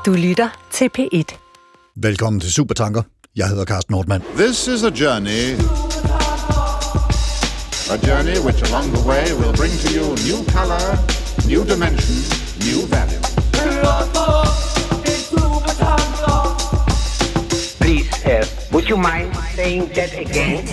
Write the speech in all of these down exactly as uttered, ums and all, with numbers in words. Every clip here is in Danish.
Du lytter til P et. Velkommen til Supertanker. Jeg hedder Carsten Nordmann. This is a journey. A journey which along the way will bring to you new color, new dimension, new value. Please, uh, would you mind saying that again?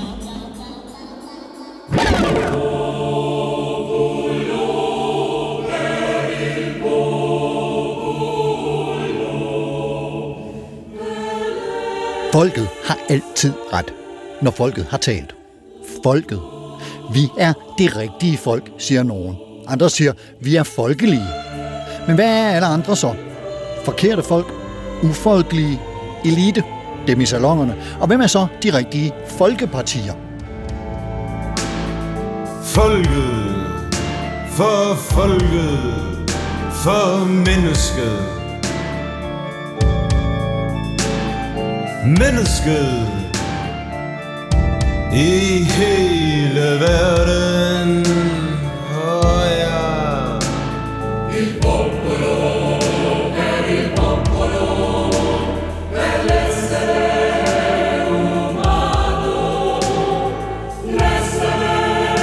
Folket har altid ret, når folket har talt. Folket. Vi er det rigtige folk, siger nogen. Andre siger, vi er folkelige. Men hvad er alle andre så? Forkerte folk? Ufolkelige? Elite? Dem i salongerne? Og hvem er så de rigtige folkepartier? Folket, for folket, for mennesket. Mennesket i hele verden. Oh, ja. Il popolo per il popolo dell'essere umano, l'essere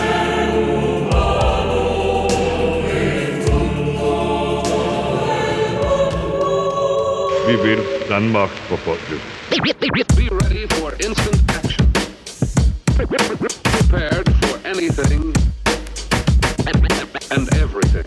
umano e tutto il popolo. Vi vil Danmark for folket. Be ready for instant action. Prepared for anything and everything.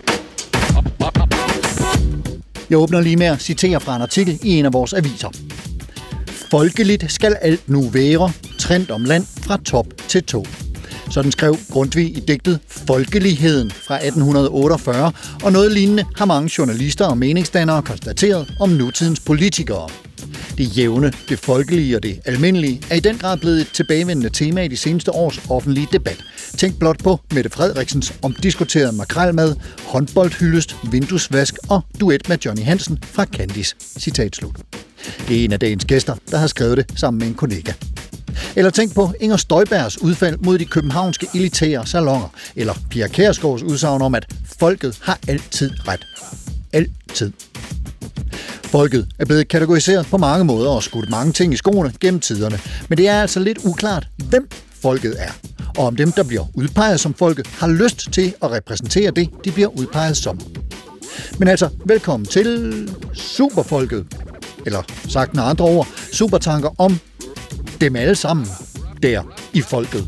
Jeg åbner lige med at citere fra en artikel i en af vores aviser. Folkeligt skal alt nu være, trend om land fra top til tå. Sådan skrev Grundtvig i digtet Folkeligheden fra atten otteogfyrre, og noget lignende har mange journalister og meningsdannere konstateret om nutidens politikere. Det jævne, det folkelige og det almindelige er i den grad blevet et tilbagevendende tema i de seneste års offentlige debat. Tænk blot på Mette Frederiksens omdiskuterede makrelmad, håndboldhyldest, vinduesvask og duet med Johnny Hansen fra Candice. Citat slut. Det er en af dagens gæster, der har skrevet det sammen med en kollega. Eller tænk på Inger Støjbergs udfald mod de københavnske elitære salonger, eller Pia Kjærsgaards udsagn om, at folket har altid ret. Altid. Folket er blevet kategoriseret på mange måder og skudt mange ting i skoene gennem tiderne, men det er altså lidt uklart, hvem folket er, og om dem, der bliver udpeget som folket, har lyst til at repræsentere det, de bliver udpeget som. Men altså, velkommen til Superfolket, eller sagt med andre ord, supertanker om dem alle sammen der i folket.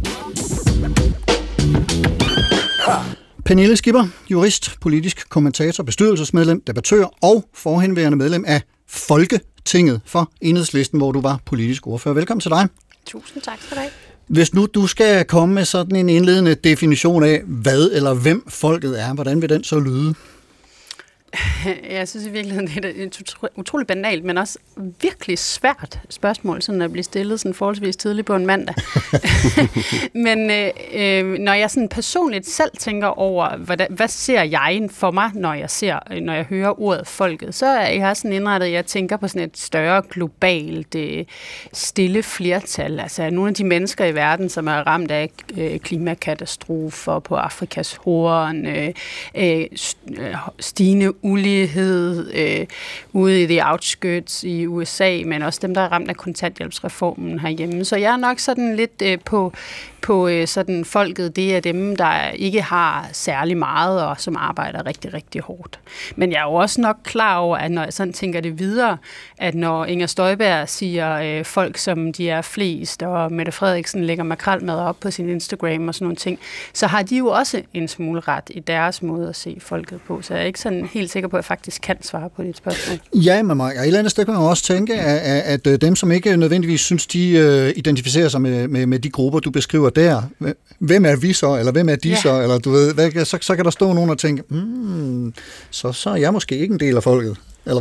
Pernille Skipper, jurist, politisk kommentator, bestyrelsesmedlem, debattør og forhenværende medlem af Folketinget for Enhedslisten, hvor du var politisk ordfører. Velkommen til dig. Tusind tak for det. Hvis nu du skal komme med sådan en indledende definition af, hvad eller hvem folket er, hvordan vil den så lyde? Jeg synes i virkeligheden, det er et utroligt banalt, men også virkelig svært spørgsmål, sådan at blive stillet sådan forholdsvis tidligt på en mandag. Men øh, når jeg sådan personligt selv tænker over, hvad, hvad ser jeg for mig, når jeg ser, når jeg hører ordet folket, så er jeg sådan indrettet, at jeg tænker på sådan et større globalt øh, stille flertal. Altså nogle af de mennesker i verden, som er ramt af øh, klimakatastrofer på Afrikas Horn, øh, øh, stigende ulighed øh, ude i de outskirts i U S A, men også dem, der er ramt af kontanthjælpsreformen herhjemme. Så jeg er nok sådan lidt øh, på, på øh, sådan folket, det er dem, der ikke har særlig meget, og som arbejder rigtig, rigtig hårdt. Men jeg er jo også nok klar over, at når jeg sådan tænker det videre, at når Inger Støjberg siger øh, folk, som de er flest, og Mette Frederiksen lægger makrelmad op på sin Instagram og sådan nogle ting, så har de jo også en smule ret i deres måde at se folket på. Så jeg er ikke sådan helt sikker på, at jeg faktisk kan svare på dit spørgsmål. Ja, men Mark, et eller andet sted kan man også tænke, at, at dem, som ikke nødvendigvis synes, de uh, identificerer sig med, med, med de grupper, du beskriver der, hvem er vi så, eller hvem er de ja. så, eller du ved, hvad, så, så kan der stå nogen og tænke, hmm, så, så er jeg måske ikke en del af folket, eller hvad?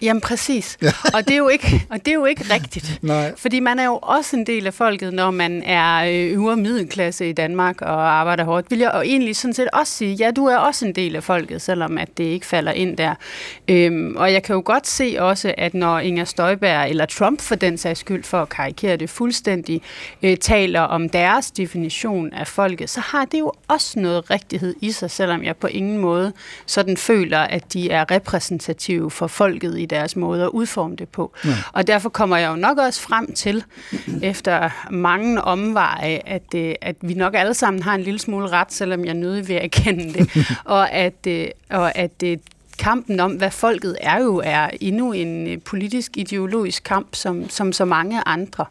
Jamen præcis. Ja. Og, det er jo ikke, og det er jo ikke rigtigt. Nej. Fordi man er jo også en del af folket, når man er øvre middelklasse i Danmark og arbejder hårdt. Vil jeg og egentlig sådan set også sige, ja, du er også en del af folket, selvom at det ikke falder ind der. Øhm, og jeg kan jo godt se også, at når Inger Støjberg, eller Trump for den sags skyld, for at karikere det fuldstændig, øh, taler om deres definition af folket, så har det jo også noget rigtighed i sig, selvom jeg på ingen måde sådan føler, at de er repræsentative for folket i deres måde at udforme det på. Ja. Og derfor kommer jeg jo nok også frem til, efter mange omveje, at, at vi nok alle sammen har en lille smule ret, selvom jeg nødig vil erkende det, og at, og at kampen om, hvad folket er jo, er endnu en politisk, ideologisk kamp, som, som så mange andre.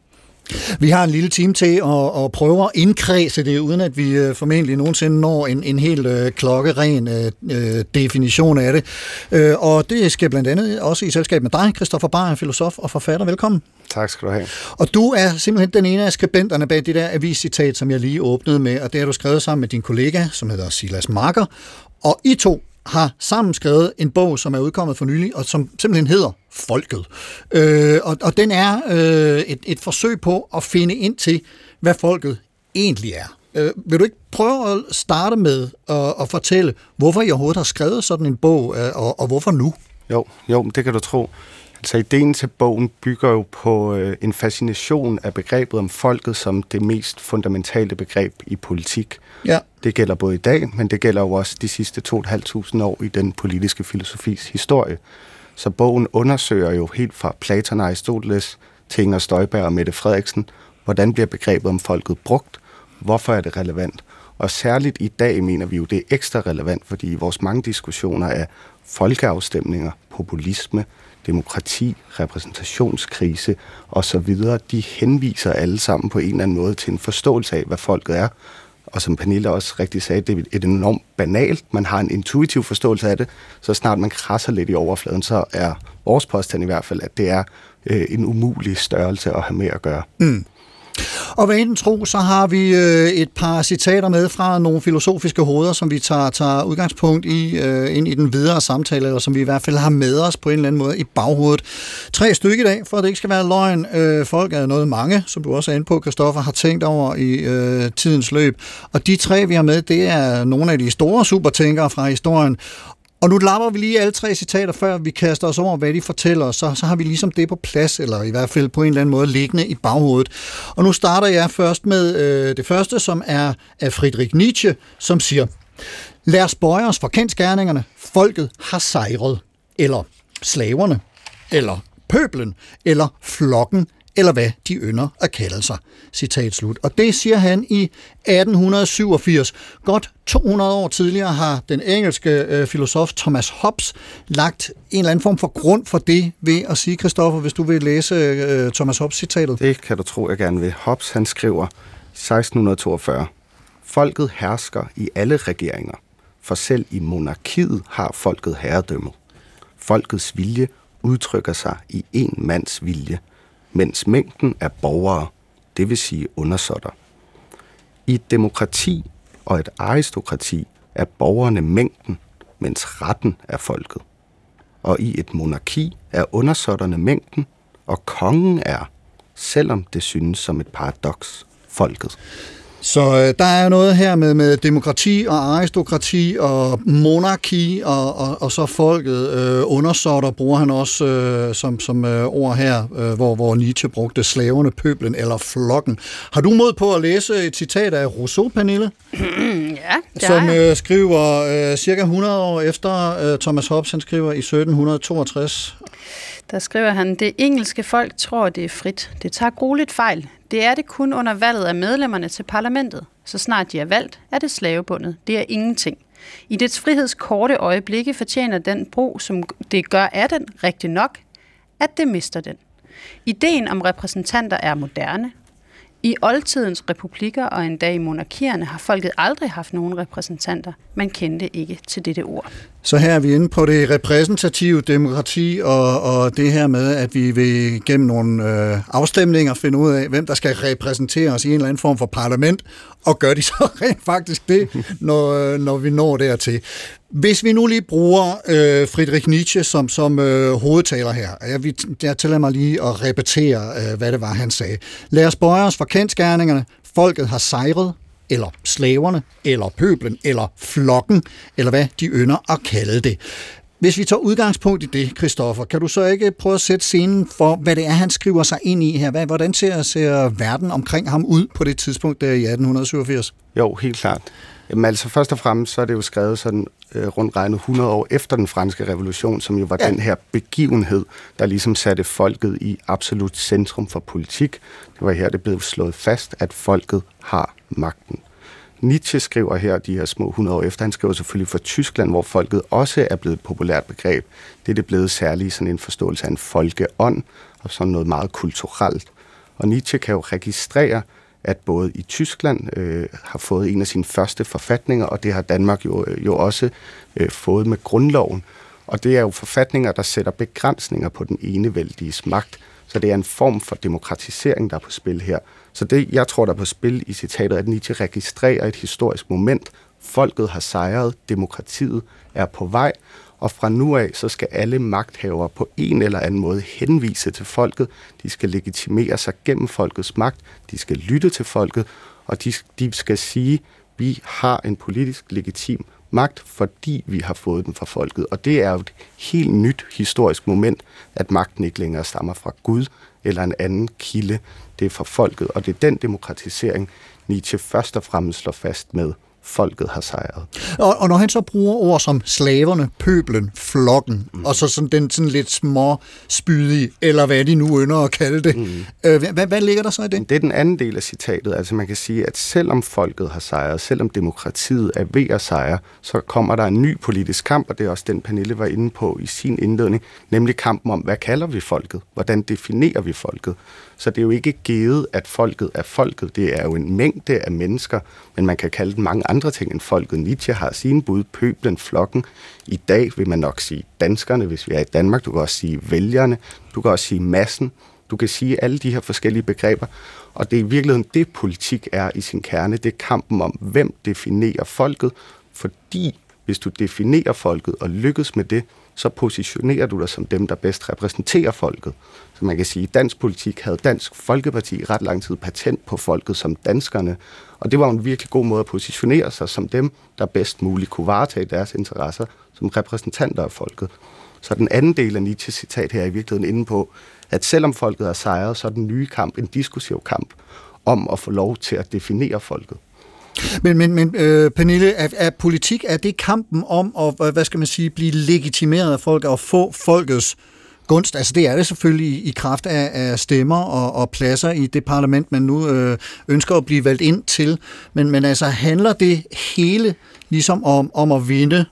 Vi har en lille time til at, at prøve at indkredse det, uden at vi uh, formentlig nogensinde når en, en helt uh, klokkeren uh, definition af det. Uh, og det skal blandt andet også i selskab med dig, Christoffer Bayer, filosof og forfatter. Velkommen. Tak skal du have. Og du er simpelthen den ene af skribenterne bag det der aviscitat, som jeg lige åbnede med, og det har du skrevet sammen med din kollega, som hedder Silas Marker. Og I to har sammen skrevet en bog, som er udkommet for nylig, og som simpelthen hedder Folket. Øh, og, og den er øh, et, et forsøg på at finde ind til, hvad folket egentlig er. Øh, vil du ikke prøve at starte med at, at fortælle, hvorfor I overhovedet har skrevet sådan en bog, øh, og, og hvorfor nu? Jo, jo, det kan du tro. Altså, ideen til bogen bygger jo på øh, en fascination af begrebet om folket som det mest fundamentale begreb i politik. Ja. Det gælder både i dag, men det gælder jo også de sidste to og et halvt tusind år i den politiske filosofis historie. Så bogen undersøger jo helt fra Platon og Aristoteles til Inger Støjberg og Mette Frederiksen, hvordan bliver begrebet om folket brugt, hvorfor er det relevant. Og særligt i dag mener vi jo, det er ekstra relevant, fordi vores mange diskussioner af folkeafstemninger, populisme, demokrati, repræsentationskrise osv., de henviser alle sammen på en eller anden måde til en forståelse af, hvad folket er. Og som Pernille også rigtig sagde, det er et enormt banalt. Man har en intuitiv forståelse af det, så snart man krasser lidt i overfladen, så er vores påstand i hvert fald, at det er øh, en umulig størrelse at have med at gøre. Mm. Og hvad enten tro, så har vi øh, et par citater med fra nogle filosofiske hoveder, som vi tager, tager udgangspunkt i øh, ind i den videre samtale, eller som vi i hvert fald har med os på en eller anden måde i baghovedet. Tre stykker i dag, for at det ikke skal være løgn. Øh, folk er noget mange, som du også er inde på, Christoffer, har tænkt over i øh, tidens løb. Og de tre, vi har med, det er nogle af de store supertænkere fra historien. Og nu lapper vi lige alle tre citater, før vi kaster os over, hvad de fortæller, så, så har vi ligesom det på plads, eller i hvert fald på en eller anden måde liggende i baghovedet. Og nu starter jeg først med øh, det første, som er af Friedrich Nietzsche, som siger: lad os bøje os for kendsgerningerne. Folket har sejret. Eller slaverne. Eller pøblen. Eller flokken. Eller hvad de ynder at kalde sig. Citat slut. Og det siger han i atten syvogfirs. Godt to hundrede år tidligere har den engelske øh, filosof Thomas Hobbes lagt en eller anden form for grund for det ved at sige, Christoffer, hvis du vil læse øh, Thomas Hobbes citatet. Det kan du tro, jeg gerne vil. Hobbes, han skriver seksten toogfyrre. Folket hersker i alle regeringer, for selv i monarkiet har folket herredømmet. Folkets vilje udtrykker sig i en mands vilje, mens mængden er borgere, det vil sige undersåtter. I et demokrati og et aristokrati er borgerne mængden, mens retten er folket. Og i et monarki er undersåtterne mængden, og kongen er, selvom det synes som et paradoks, folket. Så øh, der er noget her med, med demokrati og aristokrati og monarki og, og, og så folket. Øh, undersåtter bruger han også øh, som, som øh, ord her, øh, hvor, hvor Nietzsche brugte slaverne, pøblen eller flokken. Har du mod på at læse et citat af Rousseau, Pernille? Ja, det som øh, skriver øh, cirka hundrede år efter øh, Thomas Hobbes, han skriver i sytten toogtres. Der skriver han: det engelske folk tror, det er frit. Det tager grueligt fejl. Det er det kun under valget af medlemmerne til parlamentet. Så snart de er valgt, er det slavebundet. Det er ingenting. I dets frihedskorte øjeblikke fortjener den brug, som det gør af den, rigtig nok, at det mister den. Ideen om repræsentanter er moderne. I oldtidens republikker og endda i monarkierne har folket aldrig haft nogen repræsentanter. Man kendte ikke til dette ord. Så her er vi inde på det repræsentative demokrati, og, og det her med, at vi vil gennem nogle øh, afstemninger finde ud af, hvem der skal repræsentere os i en eller anden form for parlament, og gør de så rent faktisk det, når, når vi når dertil. Hvis vi nu lige bruger øh, Friedrich Nietzsche som, som øh, hovedtaler her, jeg, vil, jeg tillader mig lige at repetere, øh, hvad det var, han sagde. Lad os bøje os for kendsgerningerne. Folket har sejret, eller slaverne, eller pøblen, eller flokken, eller hvad de ynder at kalde det. Hvis vi tager udgangspunkt i det, Christoffer, kan du så ikke prøve at sætte scenen for, hvad det er, han skriver sig ind i her? Hvordan ser, ser verden omkring ham ud på det tidspunkt der i atten syvogfirs? Jo, helt klart. Jamen altså først og fremmest, så er det jo skrevet sådan øh, rundt regnet hundrede år efter den franske revolution, som jo var ja. den her begivenhed, der ligesom satte folket i absolut centrum for politik. Det var her, det blev slået fast, at folket har magten. Nietzsche skriver her de her små hundrede år efter. Han skriver selvfølgelig for Tyskland, hvor folket også er blevet et populært begreb. Det er det blevet særligt sådan en forståelse af en folkeånd, og sådan noget meget kulturelt. Og Nietzsche kan jo registrere, at både i Tyskland øh, har fået en af sine første forfatninger, og det har Danmark jo, jo også øh, fået med grundloven. Og det er jo forfatninger, der sætter begrænsninger på den enevældiges magt. Så det er en form for demokratisering, der er på spil her. Så det, jeg tror, der er på spil i citatet, at Nietzsche registrerer et historisk moment. Folket har sejret, demokratiet er på vej, og fra nu af, så skal alle magthavere på en eller anden måde henvise til folket. De skal legitimere sig gennem folkets magt, de skal lytte til folket, og de, de skal sige, vi har en politisk legitim magt, fordi vi har fået den fra folket. Og det er jo et helt nyt historisk moment, at magten ikke længere stammer fra Gud eller en anden kilde. Det er fra folket, og det er den demokratisering, Nietzsche først og fremmest slår fast med. Folket har sejret. Og, og når han så bruger ord som slaverne, pøblen, flokken, mm. og så sådan den sådan lidt små spydige, eller hvad de nu ynder at kalde det, mm. øh, hvad, hvad ligger der så i det? Det er den anden del af citatet. Altså man kan sige, at selvom folket har sejret, selvom demokratiet er ved at sejre, så kommer der en ny politisk kamp, og det er også den, Pernille var inde på i sin indledning, nemlig kampen om, hvad kalder vi folket? Hvordan definerer vi folket? Så det er jo ikke givet, at folket er folket. Det er jo en mængde af mennesker, men man kan kalde det mange andre ting end folket. Nietzsche har sine bud, pøblen, flokken. I dag vil man nok sige danskerne, hvis vi er i Danmark. Du kan også sige vælgerne. Du kan også sige massen. Du kan sige alle de her forskellige begreber. Og det er i virkeligheden det, politik er i sin kerne. Det er kampen om, hvem definerer folket. Fordi hvis du definerer folket og lykkes med det, så positionerer du dig som dem, der bedst repræsenterer folket. Så man kan sige, at dansk politik havde Dansk Folkeparti ret lang tid patent på folket som danskerne. Og det var en virkelig god måde at positionere sig som dem, der bedst muligt kunne varetage deres interesser som repræsentanter af folket. Så den anden del af Nietzsches citat her er i virkeligheden inde på, at selvom folket er sejret, så er den nye kamp en diskursiv kamp om at få lov til at definere folket. Men, men, men øh, Pernille, er, er politik, er det kampen om at, hvad skal man sige, blive legitimeret af folk og få folkets gunst? Altså det er det selvfølgelig i, i kraft af, af stemmer og, og pladser i det parlament, man nu øh, ønsker at blive valgt ind til. Men, men altså handler det hele ligesom om, om at vinde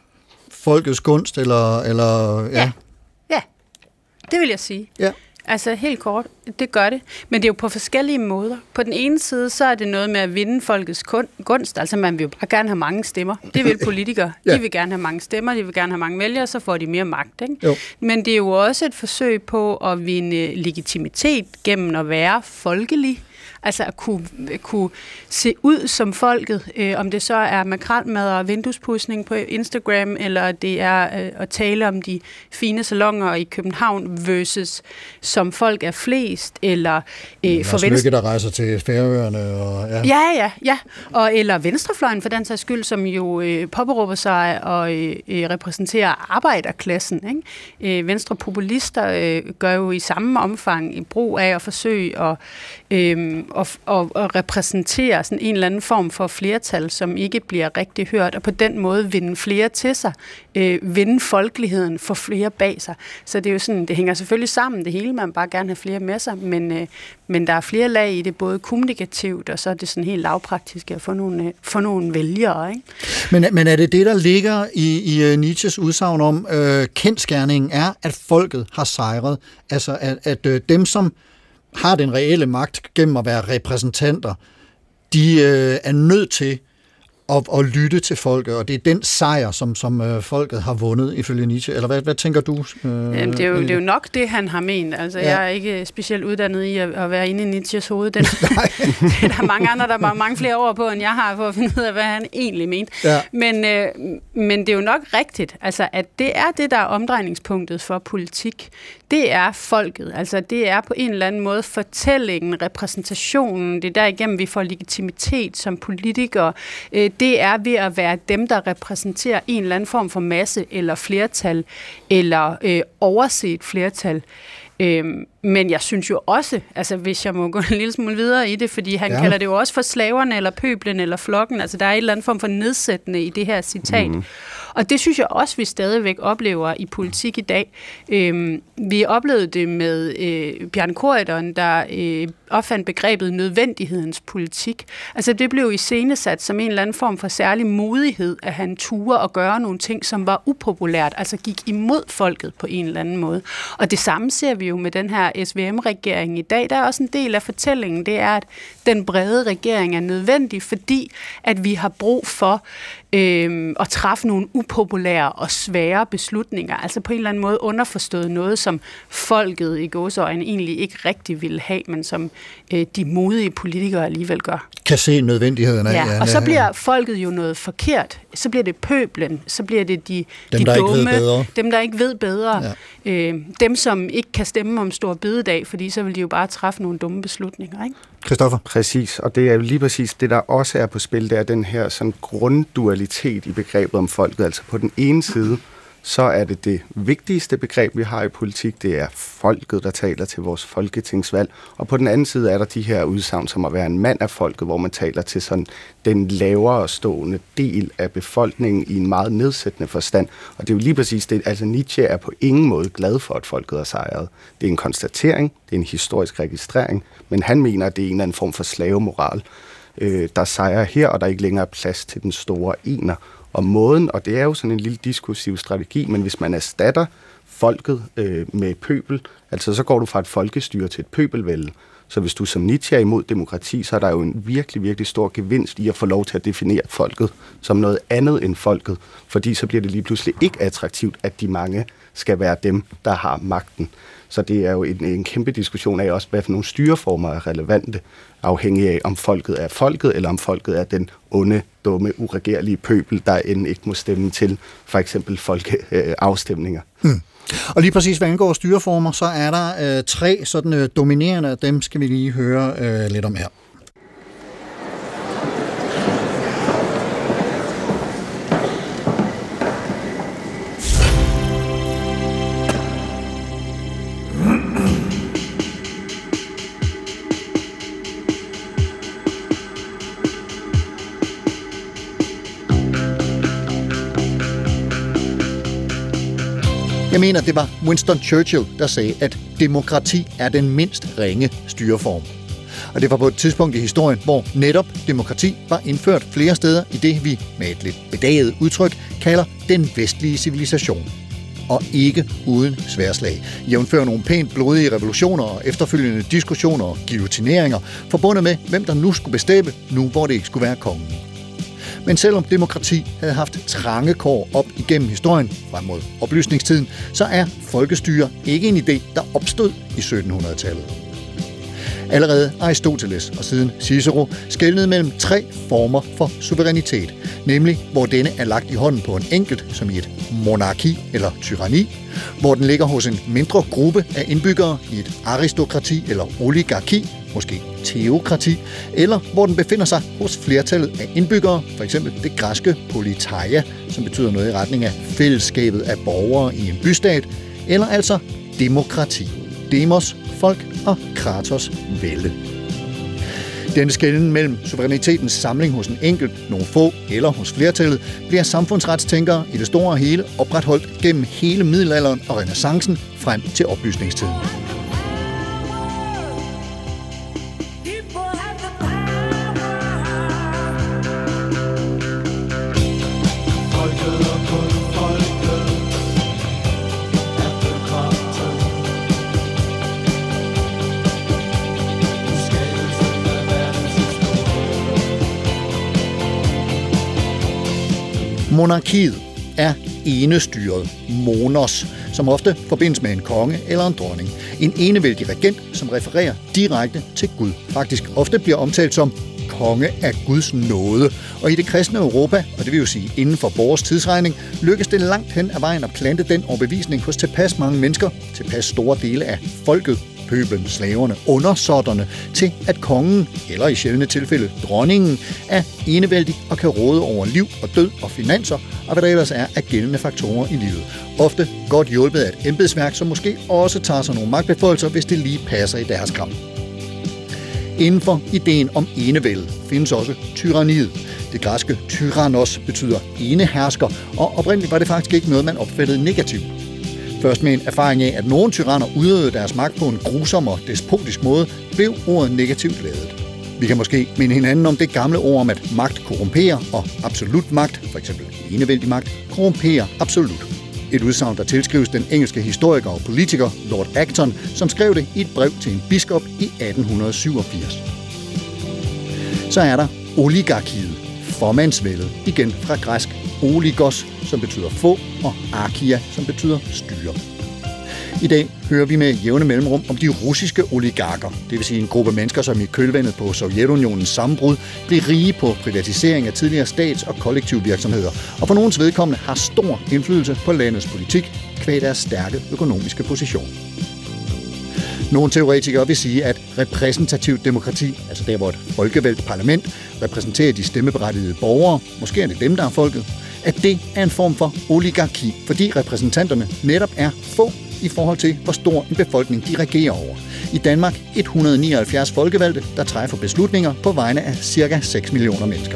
folkets gunst, eller... eller ja. Ja. ja, det vil jeg sige. Ja. Altså helt kort, det gør det. Men det er jo på forskellige måder. På den ene side, så er det noget med at vinde folkets gunst. Altså man vil jo bare gerne have mange stemmer. Det vil politikere. ja. De vil gerne have mange stemmer, de vil gerne have mange vælgere, så får de mere magt. Ikke? Jo. Men det er jo også et forsøg på at vinde legitimitet gennem at være folkelig. Altså at kunne, kunne se ud som folket, øh, om det så er makrelmad og vinduespudsning på Instagram, eller det er øh, at tale om de fine salonger i København versus som folk er flest, eller øh, for venstre... der rejser til Færøerne. Og, ja. ja, ja, ja. Og, eller venstrefløjen for den sags skyld, som jo øh, påberåber sig og øh, repræsenterer arbejderklassen. Ikke? Øh, venstrepopulister øh, gør jo i samme omfang brug af at forsøge at øh, Og, og, og repræsentere sådan en eller anden form for flertal, som ikke bliver rigtig hørt, og på den måde vinde flere til sig, øh, vinde folkeligheden, få flere bag sig. Så det er jo sådan, det hænger selvfølgelig sammen, det hele, man vil bare gerne have flere med sig, men, øh, men der er flere lag i det, både kommunikativt, og så er det sådan helt lavpraktisk at få nogle, øh, få nogle vælgere. Ikke? Men, men er det det, der ligger i, i Nietzsches udsagn om, øh, kendsgerningen er, at folket har sejret, altså at, at øh, dem, som har den reelle magt gennem at være repræsentanter, de øh, er nødt til og, og lytte til folket, og det er den sejr, som, som øh, folket har vundet, ifølge Nietzsche. Eller hvad, hvad tænker du? Øh, Jamen, det, er jo, det er jo nok det, han har ment. Altså, ja. Jeg er ikke specielt uddannet i at, at være inde i Nietzsches hoved. Den, der er mange andre, der var mange flere år på, end jeg har, for at finde ud af, hvad han egentlig mente. Ja. Men, øh, men det er jo nok rigtigt, altså, at det er det, der er omdrejningspunktet for politik. Det er folket. Altså, det er på en eller anden måde fortællingen, repræsentationen. Det er derigennem, vi får legitimitet som politikere. Det er ved at være dem, der repræsenterer en eller anden form for masse eller flertal, eller øh, overset flertal. Øhm, men jeg synes jo også, altså hvis jeg må gå en lille smule videre i det, fordi han ja. kalder det jo også for slaverne, eller pøblen, eller flokken, altså der er en eller anden form for nedsættende i det her citat. Mm. Og det synes jeg også, vi stadigvæk oplever i politik i dag. Øhm, vi oplevede det med øh, Bjarne Corydon, der øh, opfandt begrebet nødvendighedens politik. Altså det blev iscenesat som en eller anden form for særlig modighed, at han turde at gøre nogle ting, som var upopulært, altså gik imod folket på en eller anden måde. Og det samme ser vi jo med den her S V M-regering i dag. Der er også en del af fortællingen, det er, at den brede regering er nødvendig, fordi at vi har brug for øh, at træffe nogle upopulære og svære beslutninger. Altså på en eller anden måde underforstået noget, som folket i gåseøjne egentlig ikke rigtig ville have, men som øh, de modige politikere alligevel gør. Kan se nødvendigheden af. Ja, og så bliver folket jo noget forkert. Så bliver det pøblen, så bliver det de, dem, de der dumme, ikke ved bedre. dem, der ikke ved bedre. Ja. Øh, dem, som ikke kan stemme om stor bededag, fordi så vil de jo bare træffe nogle dumme beslutninger, ikke? Christoffer? Præcis, og det er jo lige præcis det, der også er på spil, det er den her sådan grunddualitet i begrebet om folket. Altså på den ene side, så er det det vigtigste begreb, vi har i politik, det er folket, der taler til vores folketingsvalg. Og på den anden side er der de her udsagn som at være en mand af folket, hvor man taler til sådan den lavere stående del af befolkningen i en meget nedsættende forstand. Og det er jo lige præcis det, altså Nietzsche er på ingen måde glad for, at folket er sejret. Det er en konstatering, det er en historisk registrering, men han mener, at det er en eller anden form for slavemoral, øh, der sejrer her, og der ikke længere er plads til den store ener. Og måden, og det er jo sådan en lille diskursiv strategi, men hvis man erstatter folket øh, med pøbel, altså så går du fra et folkestyre til et pøbelvælde. Så hvis du som Nietzsche er imod demokrati, så er der jo en virkelig, virkelig stor gevinst i at få lov til at definere folket som noget andet end folket, fordi så bliver det lige pludselig ikke attraktivt, at de mange skal være dem, der har magten. Så det er jo en, en kæmpe diskussion af også, hvad for nogle styreformer er relevante, afhængig af, om folket er folket, eller om folket er den onde, dumme, uregerlige pøbel, der end ikke må stemme til for eksempel folkeafstemninger. Øh, hmm. Og lige præcis, hvad angår styreformer, så er der øh, tre sådan øh, dominerende, dem skal vi lige høre øh, lidt om her. Jeg mener, det var Winston Churchill, der sagde, at demokrati er den mindst ringe styreform. Og det var på et tidspunkt i historien, hvor netop demokrati var indført flere steder i det, vi med et lidt bedaget udtryk kalder den vestlige civilisation. Og ikke uden sværslag. Jævnfører nogle pænt blodige revolutioner og efterfølgende diskussioner og guillotineringer, forbundet med, hvem der nu skulle bestemme, nu hvor det ikke skulle være kongen. Men selvom demokrati havde haft trange kår op igennem historien frem mod oplysningstiden, så er folkestyre ikke en idé, der opstod i syttenhundredetallet. Allerede Aristoteles og siden Cicero skelnede mellem tre former for suverænitet, nemlig hvor denne er lagt i hånden på en enkelt, som i et monarki eller tyranni, hvor den ligger hos en mindre gruppe af indbyggere i et aristokrati eller oligarki, måske teokrati, eller hvor den befinder sig hos flertallet af indbyggere, f.eks. det græske politeia, som betyder noget i retning af fællesskabet af borgere i en bystat, eller altså demokrati. Demos, folk og kratos, vælde. Denne skelnen mellem suverænitetens samling hos en enkelt, nogle få eller hos flertallet, bliver samfundsretstænkere i det store og hele opretholdt gennem hele middelalderen og renæssancen frem til oplysningstiden. Monarkiet er enestyret, monos, som ofte forbindes med en konge eller en dronning. En enevældig regent, som refererer direkte til Gud. Faktisk ofte bliver omtalt som konge af Guds nåde. Og i det kristne Europa, og det vil jo sige inden for vores tidsregning, lykkes det langt hen ad vejen at plante den overbevisning hos tilpas mange mennesker, tilpas store dele af folket, pøblen, slaverne, undersåtterne, til at kongen, eller i sjældne tilfælde dronningen, er enevældig og kan råde over liv og død og finanser, og hvad der ellers er af gældende faktorer i livet. Ofte godt hjulpet af et embedsværk, som måske også tager sig nogle magtbeføjelser, hvis det lige passer i deres kram. Inden for ideen om enevælde findes også tyranniet. Det græske tyrannos betyder enehersker, og oprindeligt var det faktisk ikke noget, man opfattede negativt. Først med en erfaring af, at nogle tyranner udøvede deres magt på en grusom og despotisk måde, blev ordet negativt ladet. Vi kan måske minde hinanden om det gamle ord om, at magt korrumperer, og absolut magt, f.eks. enevældig magt, korrumperer absolut. Et udsagn, der tilskrives den engelske historiker og politiker Lord Acton, som skrev det i et brev til en biskop i atten syvogfirs. Så er der oligarkiet, formandsvældet, igen fra græsk oligos, som betyder få, og arkia, som betyder styre. I dag hører vi med jævne mellemrum om de russiske oligarker, det vil sige en gruppe mennesker, som i kølvandet på Sovjetunionens sammenbrud blev rige på privatisering af tidligere stats- og kollektive virksomheder, og for nogens vedkommende har stor indflydelse på landets politik, kvad deres stærke økonomiske position. Nogle teoretikere vil sige, at repræsentativt demokrati, altså der hvor et folkevalgt parlament repræsenterer de stemmeberettigede borgere, måske er det dem, der er folket, at det er en form for oligarki, fordi repræsentanterne netop er få i forhold til, hvor stor en befolkning de regerer over. I Danmark et hundrede nioghalvfjerds folkevalgte, der træffer beslutninger på vegne af cirka seks millioner mennesker.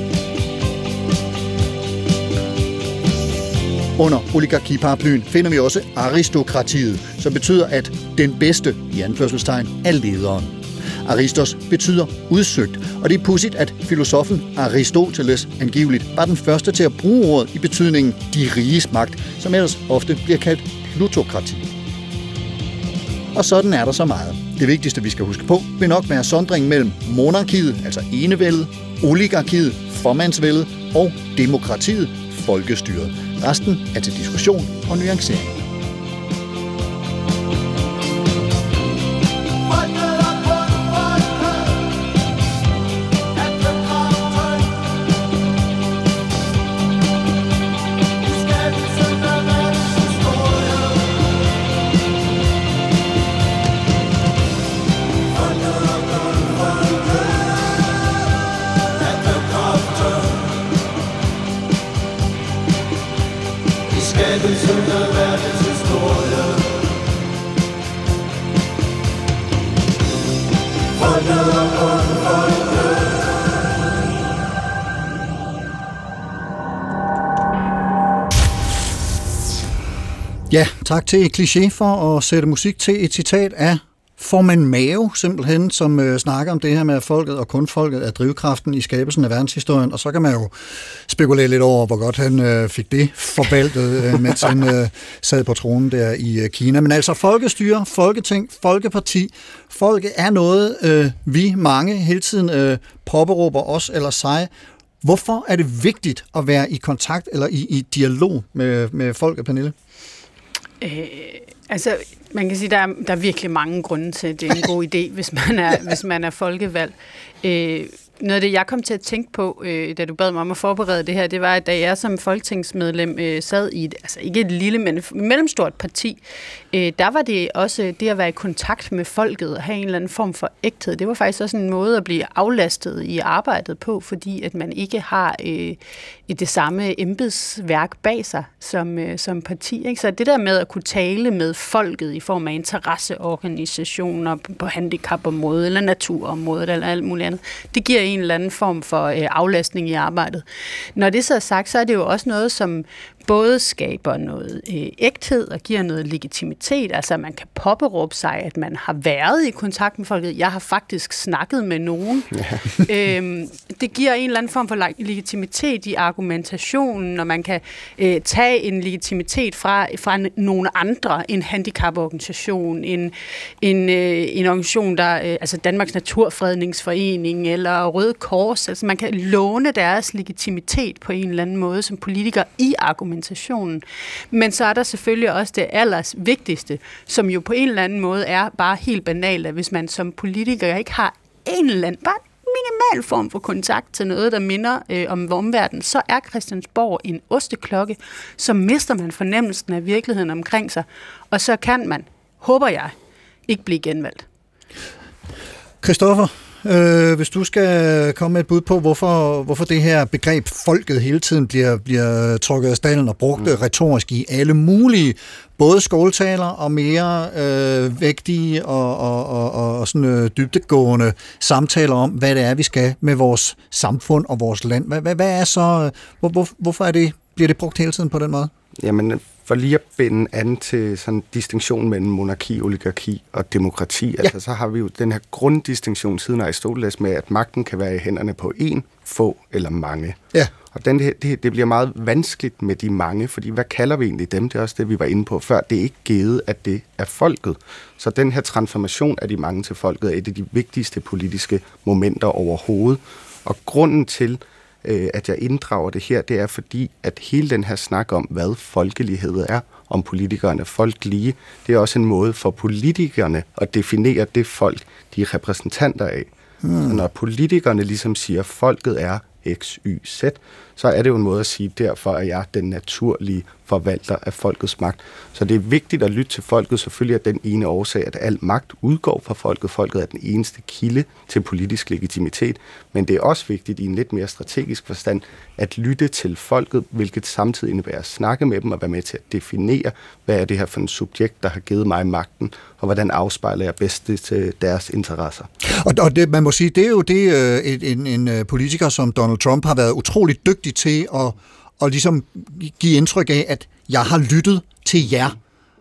Under oligarkiparaplyen finder vi også aristokratiet, som betyder, at den bedste, i anførselstegn, er lederen. Aristos betyder udsøgt, og det er pudsigt, at filosofen Aristoteles angiveligt var den første til at bruge ordet i betydningen de riges magt, som ellers ofte bliver kaldt plutokrati. Og sådan er der så meget. Det vigtigste, vi skal huske på, vil nok være sondringen mellem monarkiet, altså enevældet, oligarkiet, formandsvældet og demokratiet, folkestyret. Resten er til diskussion og nuancering. Ja, tak til Kliché for at sætte musik til et citat af formand Mao, simpelthen, som øh, snakker om det her med, at folket og kun folket er drivkraften i skabelsen af verdenshistorien, og så kan man jo spekulere lidt over, hvor godt han øh, fik det forvaltet, øh, mens han øh, sad på tronen der i øh, Kina. Men altså folkestyre, folketing, folkeparti, folket er noget, øh, vi mange hele tiden øh, påberåber os eller sig. Hvorfor er det vigtigt at være i kontakt eller i, i dialog med, med folket, Pernille? Øh, altså, man kan sige, der er, der er virkelig mange grunde til, at det er en god idé, hvis man er, hvis man er folkevalgt. Øh, noget af det, jeg kom til at tænke på, øh, da du bad mig om at forberede det her, det var, at da jeg som folketingsmedlem øh, sad i et, altså ikke et lille, men et mellemstort parti, øh, der var det også det at være i kontakt med folket og have en eller anden form for ægthed. Det var faktisk også en måde at blive aflastet i arbejdet på, fordi at man ikke har øh, det samme embedsværk bag sig som, øh, som parti. Ikke? Så det der med at kunne tale med folket i form af interesseorganisationer på handicapområdet eller naturområdet eller alt muligt andet, det giver en eller anden form for øh, aflastning i arbejdet. Når det så er sagt, så er det jo også noget, som både skaber noget øh, ægthed og giver noget legitimitet, altså man kan påberåbe sig, at man har været i kontakt med folket. Jeg har faktisk snakket med nogen. Ja. øhm, det giver en eller anden form for legitimitet i argumentationen, og man kan øh, tage en legitimitet fra, fra nogle andre, en handicaporganisation, en, en, øh, en organisation, der, øh, altså Danmarks Naturfredningsforening eller Røde Kors, altså man kan låne deres legitimitet på en eller anden måde som politiker i argumentationen. Men så er der selvfølgelig også det allers vigtigste, som jo på en eller anden måde er bare helt banalt, at hvis man som politiker ikke har en eller anden, bare minimal form for kontakt til noget, der minder øh, om omverdenen, så er Christiansborg en osteklokke, så mister man fornemmelsen af virkeligheden omkring sig, og så kan man, håber jeg, ikke blive genvalgt. Christoffer, øh, hvis du skal komme med et bud på, hvorfor, hvorfor det her begreb folket hele tiden bliver, bliver trukket af stallen og brugt mm. retorisk i alle mulige, både skåltaler og mere øh, vægtige og, og, og, og sådan, øh, dybdegående samtaler om, hvad det er, vi skal med vores samfund og vores land. Hvad, hvad, hvad er så, hvor, hvor, hvorfor er det, bliver det brugt hele tiden på den måde? Jamen, for lige at binde an til sådan en distinktion mellem monarki, oligarki og demokrati, ja. Altså så har vi jo den her grunddistinktion siden Aristoteles med, at magten kan være i hænderne på en, få eller mange. Ja. Og den, det, det bliver meget vanskeligt med de mange, fordi hvad kalder vi egentlig dem? Det er også det, vi var inde på før. Det er ikke givet, at det er folket. Så den her transformation af de mange til folket er et af de vigtigste politiske momenter overhovedet. Og grunden til, at jeg inddrager det her, det er fordi, at hele den her snak om, hvad folkelighed er, om politikerne er folkelige, det er også en måde for politikerne at definere det folk, de er repræsentanter af. Hmm. Så når politikerne ligesom siger, at folket er X, Y, Z, så er det jo en måde at sige, derfor er jeg den naturlige forvalter af folkets magt. Så det er vigtigt at lytte til folket, selvfølgelig er den ene årsag, at al magt udgår fra folket. Folket er den eneste kilde til politisk legitimitet, men det er også vigtigt i en lidt mere strategisk forstand at lytte til folket, hvilket samtidig indebærer at snakke med dem og være med til at definere, hvad er det her for en subjekt, der har givet mig magten, og hvordan afspejler jeg bedst det til deres interesser. Og, og det, man må sige, det er jo det, en, en, en politiker som Donald Trump har været utrolig dygtig til at, at ligesom give indtryk af, at jeg har lyttet til jer,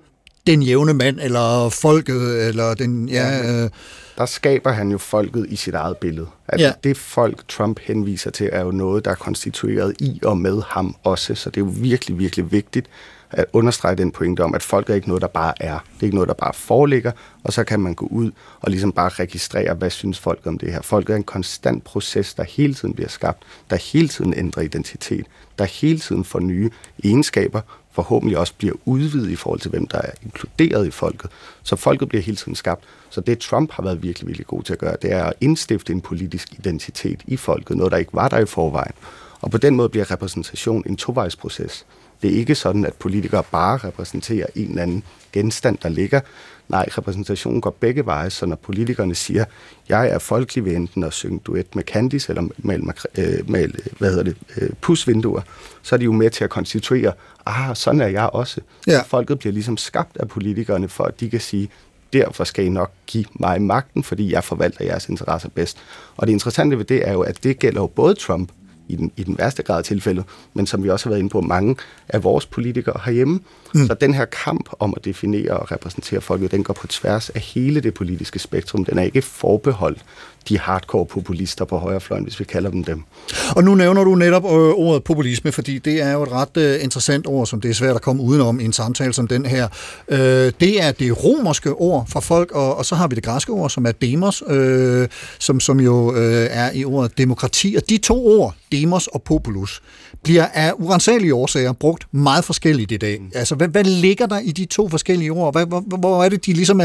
den jævne mand, eller folket, eller den... Ja, øh. Der skaber han jo folket i sit eget billede. At ja. Det folk, Trump henviser til, er jo noget, der er konstitueret i og med ham også, så det er jo virkelig, virkelig vigtigt at understrege den pointe om, at folk er ikke noget, der bare er. Det er ikke noget, der bare foreligger, og så kan man gå ud og ligesom bare registrere, hvad synes folk om det her. Folk er en konstant proces, der hele tiden bliver skabt, der hele tiden ændrer identitet, der hele tiden får nye egenskaber, forhåbentlig også bliver udvidet i forhold til, hvem der er inkluderet i folket. Så folket bliver hele tiden skabt. Så det Trump har været virkelig, virkelig god til at gøre, det er at indstifte en politisk identitet i folket, noget der ikke var der i forvejen. Og på den måde bliver repræsentation en tovejsproces. Det er ikke sådan, at politikere bare repræsenterer en eller anden genstand, der ligger. Nej, repræsentationen går begge veje, så når politikerne siger, jeg er folkelig ved enten at synge duet med Candice eller male, øh, male hvad hedder det, øh, pusvinduer, så er de jo med til at konstituere, ah, sådan er jeg også. Ja. Folket bliver ligesom skabt af politikerne, for at de kan sige, derfor skal I nok give mig magten, fordi jeg forvalter jeres interesser bedst. Og det interessante ved det er jo, at det gælder jo både Trump, i den, i den værste grad af tilfældet, men som vi også har været inde på, mange af vores politikere herhjemme. Mm. Så den her kamp om at definere og repræsentere folket, den går på tværs af hele det politiske spektrum. Den er ikke forbeholdt de hardcore populister på højrefløjen, hvis vi kalder dem dem. Og nu nævner du netop øh, ordet populisme, fordi det er jo et ret øh, interessant ord, som det er svært at komme udenom i en samtale som den her. Øh, det er det romerske ord for folk, og, og så har vi det græske ord, som er demos, øh, som, som jo øh, er i ordet demokrati. Og de to ord, demos og populus, bliver af uransagelige årsager brugt meget forskelligt i dag. Mm. Altså, hvad, hvad ligger der i de to forskellige ord? Hvad, hvor, hvor er det, de ligesom er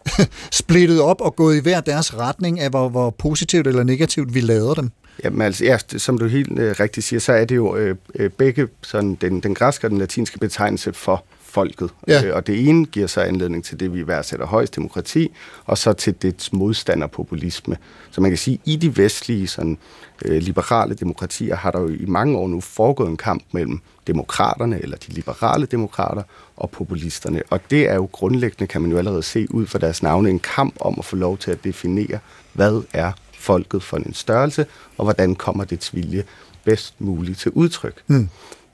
splittet op og gået i hver deres retning af, hvor, hvor positivt eller negativt vi lader dem? Jamen altså, ja, som du helt øh, rigtigt siger, så er det jo øh, begge sådan, den, den græske og den latinske betegnelse for folket. Ja. Øh, og det ene giver så anledning til det, vi værdsætter højst, demokrati, og så til dets modstander, populisme. Så man kan sige, at i de vestlige sådan, øh, liberale demokratier har der jo i mange år nu foregået en kamp mellem demokraterne, eller de liberale demokrater, og populisterne. Og det er jo grundlæggende, kan man jo allerede se ud fra deres navne, en kamp om at få lov til at definere, hvad er folket for en størrelse, og hvordan kommer dets vilje bedst muligt til udtryk. Mm.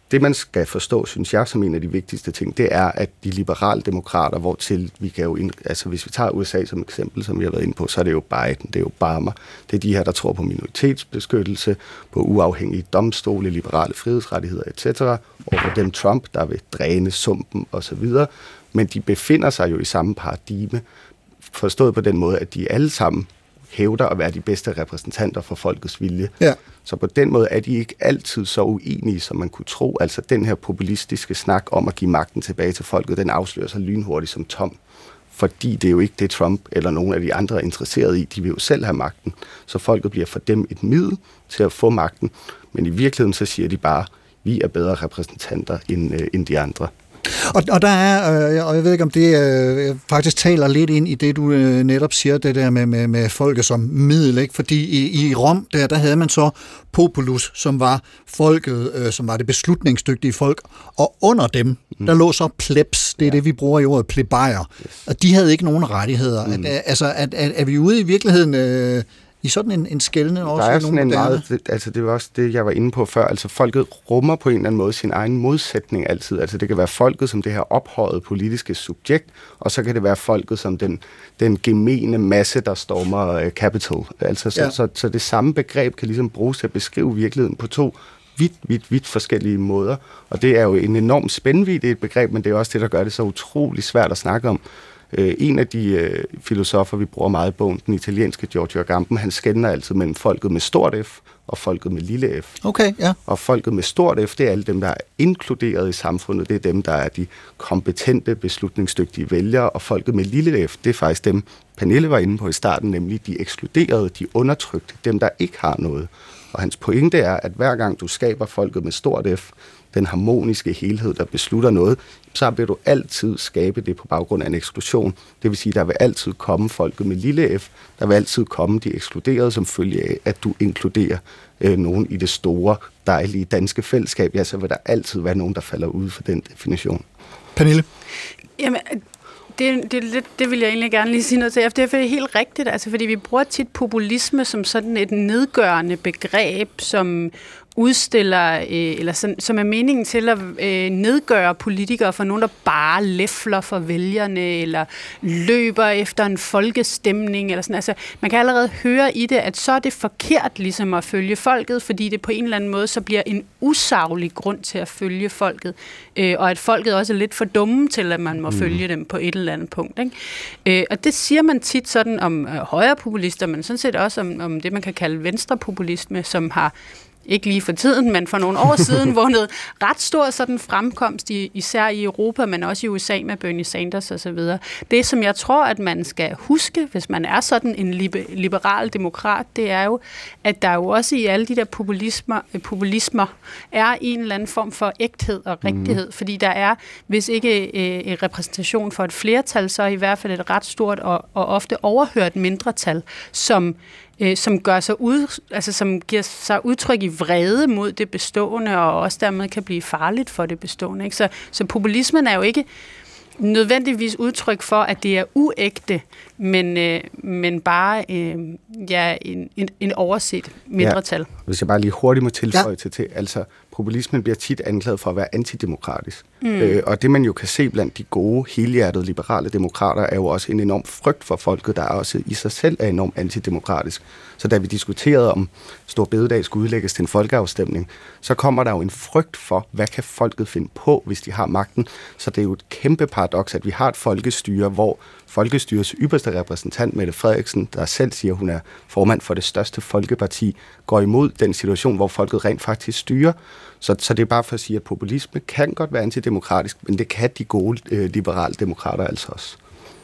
det, man skal forstå, synes jeg, som en af de vigtigste ting, det er, at de liberale demokrater, hvortil vi kan jo, altså hvis vi tager U S A som eksempel, som vi har været inde på, så er det jo Biden, det er Obama, det er de her, der tror på minoritetsbeskyttelse, på uafhængige domstole, liberale frihedsrettigheder et cetera, og for dem Trump, der vil dræne sumpen osv., men de befinder sig jo i samme paradigme, forstået på den måde, at de alle sammen hævder at være de bedste repræsentanter for folkets vilje. Ja. Så på den måde er de ikke altid så uenige, som man kunne tro. Altså den her populistiske snak om at give magten tilbage til folket, den afslører sig lynhurtigt som tom. Fordi det er jo ikke det, Trump eller nogen af de andre er interesseret i. De vil jo selv have magten. Så folket bliver for dem et middel til at få magten. Men i virkeligheden så siger de bare, vi er bedre repræsentanter end, øh, end de andre. Og, og der er, øh, og jeg ved ikke om det øh, faktisk taler lidt ind i det, du øh, netop siger, det der med, med, med folket som middel, ikke? Fordi i, i Rom, der, der havde man så populus, som var folket, øh, som var det beslutningsdygtige folk, og under dem, mm. der lå så plebs, det er ja. det, vi bruger i ordet plebejer, yes. og de havde ikke nogen rettigheder. Mm. At, altså, at, at, er vi ude i virkeligheden... Øh, i sådan en, en skældende også? Der er sådan en meget, altså det var også det, jeg var inde på før, altså folket rummer på en eller anden måde sin egen modsætning altid, altså det kan være folket som det her ophøjede politiske subjekt, og så kan det være folket som den, den gemene masse, der stormer uh, Capitol, altså så, ja. så, så, så det samme begreb kan ligesom bruges til at beskrive virkeligheden på to vidt, vidt, vidt forskellige måder, og det er jo en enorm spændvidde i et begreb, men det er også det, der gør det så utrolig svært at snakke om. En af de øh, filosofer, vi bruger meget i bogen, den italienske Giorgio Agamben, han skelner altid mellem folket med stort F og folket med lille f. Okay, ja. Og folket med stort F, det er alle dem, der er inkluderet i samfundet. Det er dem, der er de kompetente, beslutningsdygtige vælgere. Og folket med lille f, det er faktisk dem, Pernille var inde på i starten, nemlig de ekskluderede, de undertrykte, dem, der ikke har noget. Og hans pointe er, at hver gang du skaber folket med stort F, den harmoniske helhed, der beslutter noget, så vil du altid skabe det på baggrund af en eksklusion. Det vil sige, der vil altid komme folket med lille f, der vil altid komme de ekskluderede, som følge af, at du inkluderer øh, nogen i det store, dejlige danske fællesskab. Ja, så vil der altid være nogen, der falder ud for den definition. Pernille? Jamen, det, det, det, det vil jeg egentlig gerne lige sige noget til. Det er helt rigtigt, altså, fordi vi bruger tit populisme som sådan et nedgørende begreb, som udstiller, øh, eller sådan, som er meningen til at øh, nedgøre politikere for nogen, der bare læfler for vælgerne, eller løber efter en folkestemning, eller sådan. Altså, man kan allerede høre i det, at så er det forkert ligesom at følge folket, fordi det på en eller anden måde så bliver en usaglig grund til at følge folket, øh, og at folket også er lidt for dumme til, at man må mm. følge dem på et eller andet punkt. Ikke? Øh, og det siger man tit sådan om øh, højrepopulister, men sådan set også om, om det, man kan kalde venstrepopulisme, som har ikke lige for tiden, men for nogle år siden vundet ret stor sådan fremkomst, i, især i Europa, men også i U S A med Bernie Sanders og så videre. Det, som jeg tror, at man skal huske, hvis man er sådan en liberal demokrat, det er jo, at der jo også i alle de der populismer, populismer er en eller anden form for ægthed og rigtighed, mm. fordi der er, hvis ikke øh, en repræsentation for et flertal, så i hvert fald et ret stort og, og ofte overhørt mindretal, som Øh, som gør sig ud, altså som giver sig udtryk i vrede mod det bestående, og også dermed kan blive farligt for det bestående. Ikke? Så, så populismen er jo ikke nødvendigvis udtryk for, at det er uægte, men, øh, men bare øh, ja, en, en, en overset mindretal. Ja, hvis jeg bare lige hurtigt må tilføje ja. til, til, altså populismen bliver tit anklaget for at være antidemokratisk. Mm. Øh, og det man jo kan se blandt de gode, helhjertede liberale demokrater, er jo også en enorm frygt for folket, der også i sig selv er enormt antidemokratisk. Så da vi diskuterede om Store Bededag skulle udlægges til en folkeafstemning, så kommer der jo en frygt for, hvad kan folket finde på, hvis de har magten. Så det er jo et kæmpe paradoks, at vi har et folkestyre, hvor folkestyrets ypperste repræsentant, Mette Frederiksen, der selv siger, hun er formand for det største folkeparti, går imod den situation, hvor folket rent faktisk styrer. Så, så det er bare for at sige, at populisme kan godt være antidemokratisk, men det kan de gode øh, liberale demokrater altså også.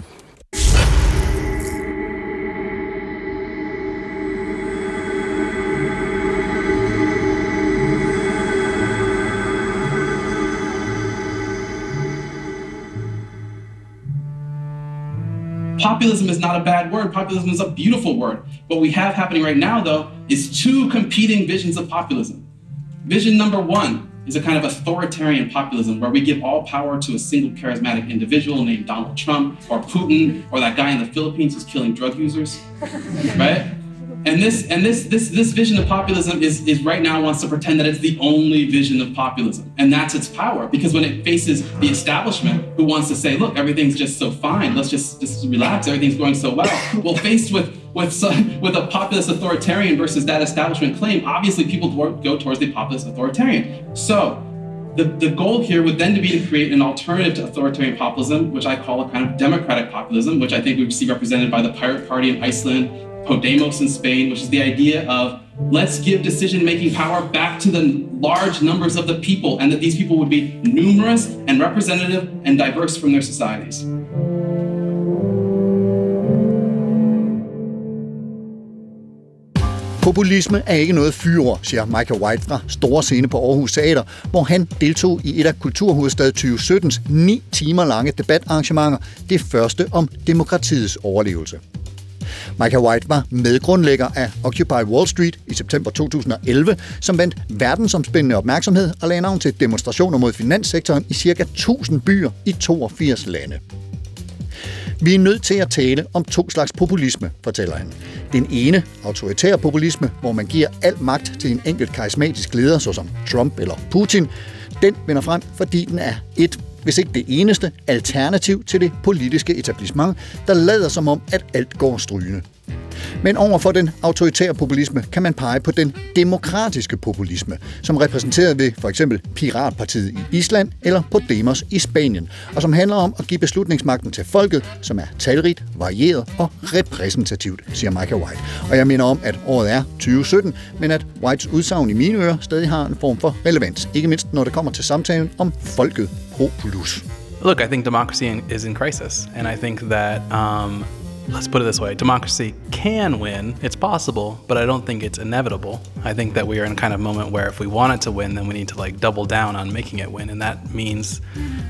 Populism is not a bad word. Populism is a beautiful word. What we have happening right now, though, is two competing visions of populism. Vision number one is a kind of authoritarian populism where we give all power to a single charismatic individual named Donald Trump or Putin or that guy in the Philippines who's killing drug users, right? And this and this this this vision of populism is, is right now wants to pretend that it's the only vision of populism. And that's its power. Because when it faces the establishment who wants to say, look, everything's just so fine, let's just, just relax, everything's going so well. Well, faced with with some, with a populist authoritarian versus that establishment claim, obviously people go towards the populist authoritarian. So the, the goal here would then to be to create an alternative to authoritarian populism, which I call a kind of democratic populism, which I think we see represented by the Pirate Party in Iceland, Podemos in Spain, which is the idea of let's give decision-making power back to the large numbers of the people, and that these people would be numerous and representative and diverse from their societies. Populisme er ikke noget fyre, siger Michael White fra Store Scene på Aarhus Teater, hvor han deltog i et af Kulturhovedstad tyve syttens ni timer lange debatarrangementer, det første om demokratiets overlevelse. Michael White var medgrundlægger af Occupy Wall Street i september to tusind og elleve, som vandt verdensomspændende opmærksomhed og lagde navn til demonstrationer mod finanssektoren i ca. tusind byer i toogfirs lande. Vi er nødt til at tale om to slags populisme, fortæller han. Den ene, autoritær populisme, hvor man giver al magt til en enkelt karismatisk leder, såsom Trump eller Putin, den vinder frem, fordi den er et, hvis ikke det eneste, alternativ til det politiske etablissement, der lader som om, at alt går strygende. Men overfor den autoritære populisme kan man pege på den demokratiske populisme, som repræsenteret ved for eksempel Piratpartiet i Island eller Podemos i Spanien, og som handler om at give beslutningsmagten til folket, som er talrigt, varieret og repræsentativt, siger Michael White. Og jeg minder om, at året er tyve sytten, men at Whites udsagn i mine ører stadig har en form for relevans, ikke mindst når det kommer til samtalen om folket populus. Look, I think democracy is in crisis, and I think that um let's put it this way. Democracy can win. It's possible, but I don't think it's inevitable. I think that we are in a kind of moment where if we want it to win, then we need to like double down on making it win. And that means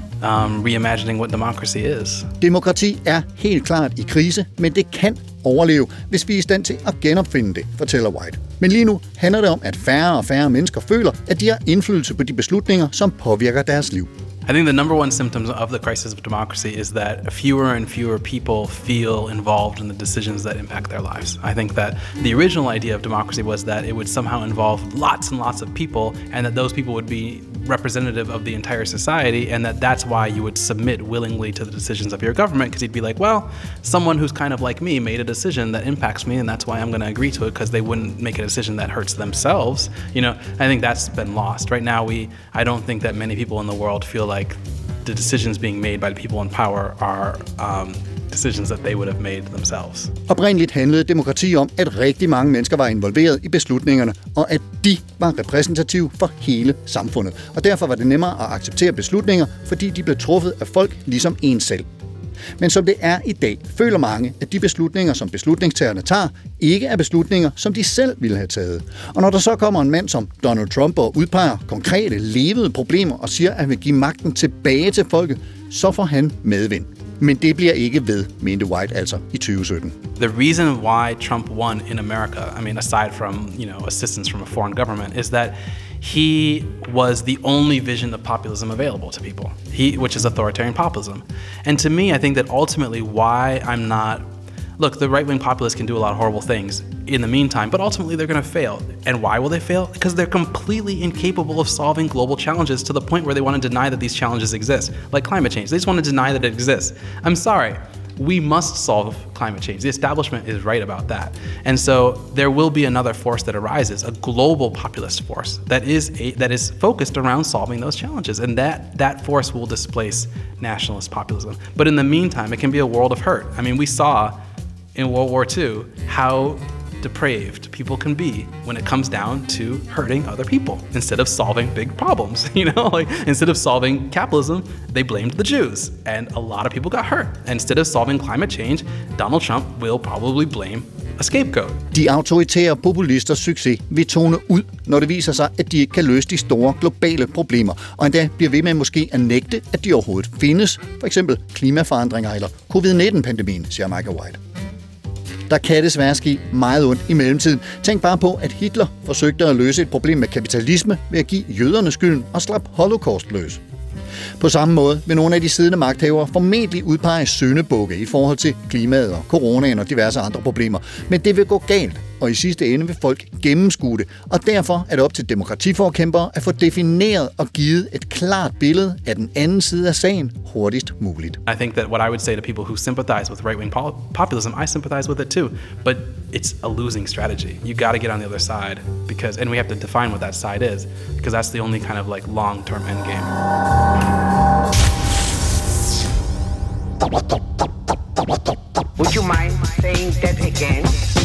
um, reimagining what democracy is. Demokrati er helt klart i krise, men det kan overleve, hvis vi er i stand til at genopfinde det, fortæller White. Men lige nu handler det om, at færre og færre mennesker føler, at de har indflydelse på de beslutninger, som påvirker deres liv. I think the number one symptom of the crisis of democracy is that fewer and fewer people feel involved in the decisions that impact their lives. I think that the original idea of democracy was that it would somehow involve lots and lots of people, and that those people would be representative of the entire society, and that that's why you would submit willingly to the decisions of your government, because you'd be like, well, someone who's kind of like me made a decision that impacts me, and that's why I'm going to agree to it, because they wouldn't make a decision that hurts themselves. You know, I think that's been lost. Right now, we I don't think that many people in the world feel like the decisions being made by the people in power are um, decisions that they would have made themselves. Oprindeligt handlede demokrati om, at rigtig mange mennesker var involveret i beslutningerne, og at de var repræsentative for hele samfundet. Og derfor var det nemmere at acceptere beslutninger, fordi de blev truffet af folk ligesom en selv. Men som det er i dag, føler mange, at de beslutninger, som beslutningstagerne tager, ikke er beslutninger, som de selv ville have taget. Og når der så kommer en mand som Donald Trump og udpeger konkrete, levede problemer og siger, at han vil give magten tilbage til folket, så får han medvind. Men det bliver ikke ved, mente White altså i tyve sytten. The reason why Trump won in America, I mean, aside from, you know, assistance from a foreign government, is that he was the only vision of populism available to people, he, which is authoritarian populism. And to me, I think that ultimately why I'm not... Look, the right-wing populists can do a lot of horrible things in the meantime, but ultimately they're going to fail. And why will they fail? Because they're completely incapable of solving global challenges to the point where they want to deny that these challenges exist, like climate change. They just want to deny that it exists. I'm sorry. We must solve climate change. The establishment is right about that. And so there will be another force that arises, a global populist force that is a, that is focused around solving those challenges. And that, that force will displace nationalist populism. But in the meantime, it can be a world of hurt. I mean, we saw in World War Two how depraved people can be when it comes down to hurting other people instead of solving big problems. You know, like instead of solving capitalism, they blamed the Jews, and a lot of people got hurt. And instead of solving climate change, Donald Trump will probably blame a scapegoat. De autoritære populisters succes vil tone ud, når det viser sig, at de ikke kan løse de store globale problemer, og endda bliver ved med måske at nægte, at de overhovedet findes, for eksempel klimaforandringer eller covid nitten-pandemien, siger Michael White. Der kan desværre ske meget ondt i mellemtiden. Tænk bare på, at Hitler forsøgte at løse et problem med kapitalisme ved at give jøderne skylden og slappe Holocaust løs. På samme måde vil nogle af de siddende magthavere formentlig udpege syndebukke i forhold til klimaet og coronaen og diverse andre problemer. Men det vil gå galt, og i sidste ende vil folk gennemskue det. Og derfor er det op til demokratiforkæmpere at få defineret og givet et klart billede af den anden side af sagen hurtigst muligt. I think that what I would say to people who sympathize with right-wing populism, I sympathize with it too, but it's a losing strategy. You got to get on the other side, because, and we have to define what that side is, because that's the only kind of like long-term end game. Would you mind saying that again?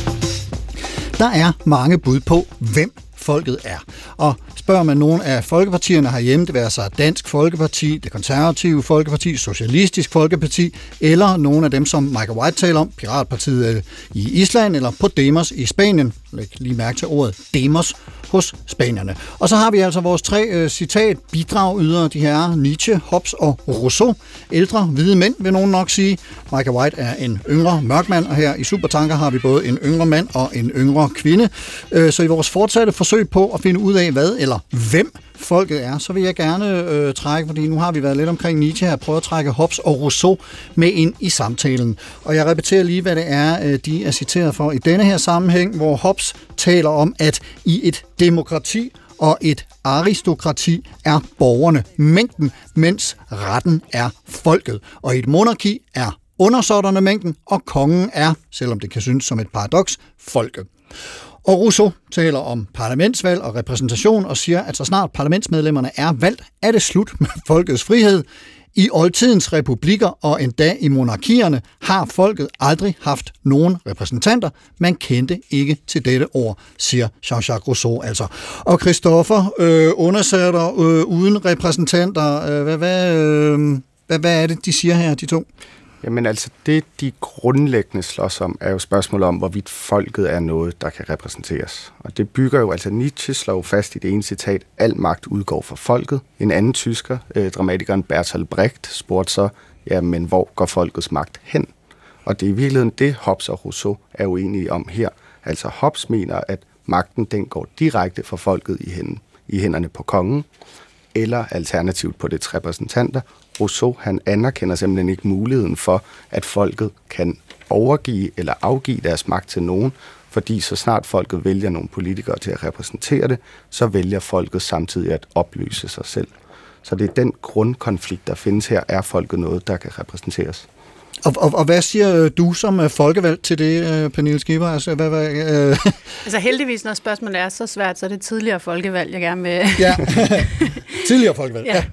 Der er mange bud på, hvem folket er. Og spørger man nogen af folkepartierne herhjemme, det vil altså Dansk Folkeparti, Det Konservative Folkeparti, Socialistisk Folkeparti, eller nogle af dem, som Michael White taler om, Piratpartiet i Island, eller Podemos i Spanien. Læg lige mærke til ordet Demos hos spanierne. Og så har vi altså vores tre øh, citat bidragydere, de her Nietzsche, Hobbes og Rousseau. Ældre, hvide mænd, vil nogen nok sige. Michael White er en yngre mørkmand, og her i Supertanker har vi både en yngre mand og en yngre kvinde. Øh, så i vores fortsatte forsøg på at finde ud af, hvad eller hvem folket er, så vil jeg gerne øh, trække, fordi nu har vi været lidt omkring Nietzsche her, prøve at trække Hobbes og Rousseau med ind i samtalen. Og jeg repeterer lige, hvad det er, øh, de er citeret for i denne her sammenhæng, hvor Hobbes taler om, at i et demokrati og et aristokrati er borgerne mængden, mens retten er folket. Og i et monarki er undersåtterne mængden, og kongen er, selvom det kan synes som et paradoks, folket. Og Rousseau taler om parlamentsvalg og repræsentation og siger, at så snart parlamentsmedlemmerne er valgt, er det slut med folkets frihed. I oldtidens republikker og endda i monarkierne har folket aldrig haft nogen repræsentanter. Man kendte ikke til dette ord, siger Jean-Jacques Rousseau altså. Og Christoffer øh, undersætter øh, uden repræsentanter. Øh, hvad, hvad, øh, hvad, hvad er det, de siger her, de to? Jamen altså, det de grundlæggende slås om, er jo spørgsmålet om, hvorvidt folket er noget, der kan repræsenteres. Og det bygger jo, altså Nietzsche slår fast i det ene citat, al magt udgår fra folket. En anden tysker, øh, dramatikeren Bertolt Brecht, spurgte så, ja, men hvor går folkets magt hen? Og det er i virkeligheden det, Hobbes og Rousseau er uenige om her. Altså Hobbes mener, at magten den går direkte fra folket i, hænden, i hænderne på kongen, eller alternativt på dets repræsentanter. Rousseau, han anerkender simpelthen ikke muligheden for, at folket kan overgive eller afgive deres magt til nogen, fordi så snart folket vælger nogle politikere til at repræsentere det, så vælger folket samtidig at opløse sig selv. Så det er den grundkonflikt, der findes her. Er folket noget, der kan repræsenteres? Og, og, og hvad siger du som folkevalgt til det, Pernille Skipper? Altså, hvad, hvad, øh... altså heldigvis, når spørgsmålet er så svært, så er det tidligere folkevalg, jeg gerne vil... ja, tidligere folkevalg, ja. ja.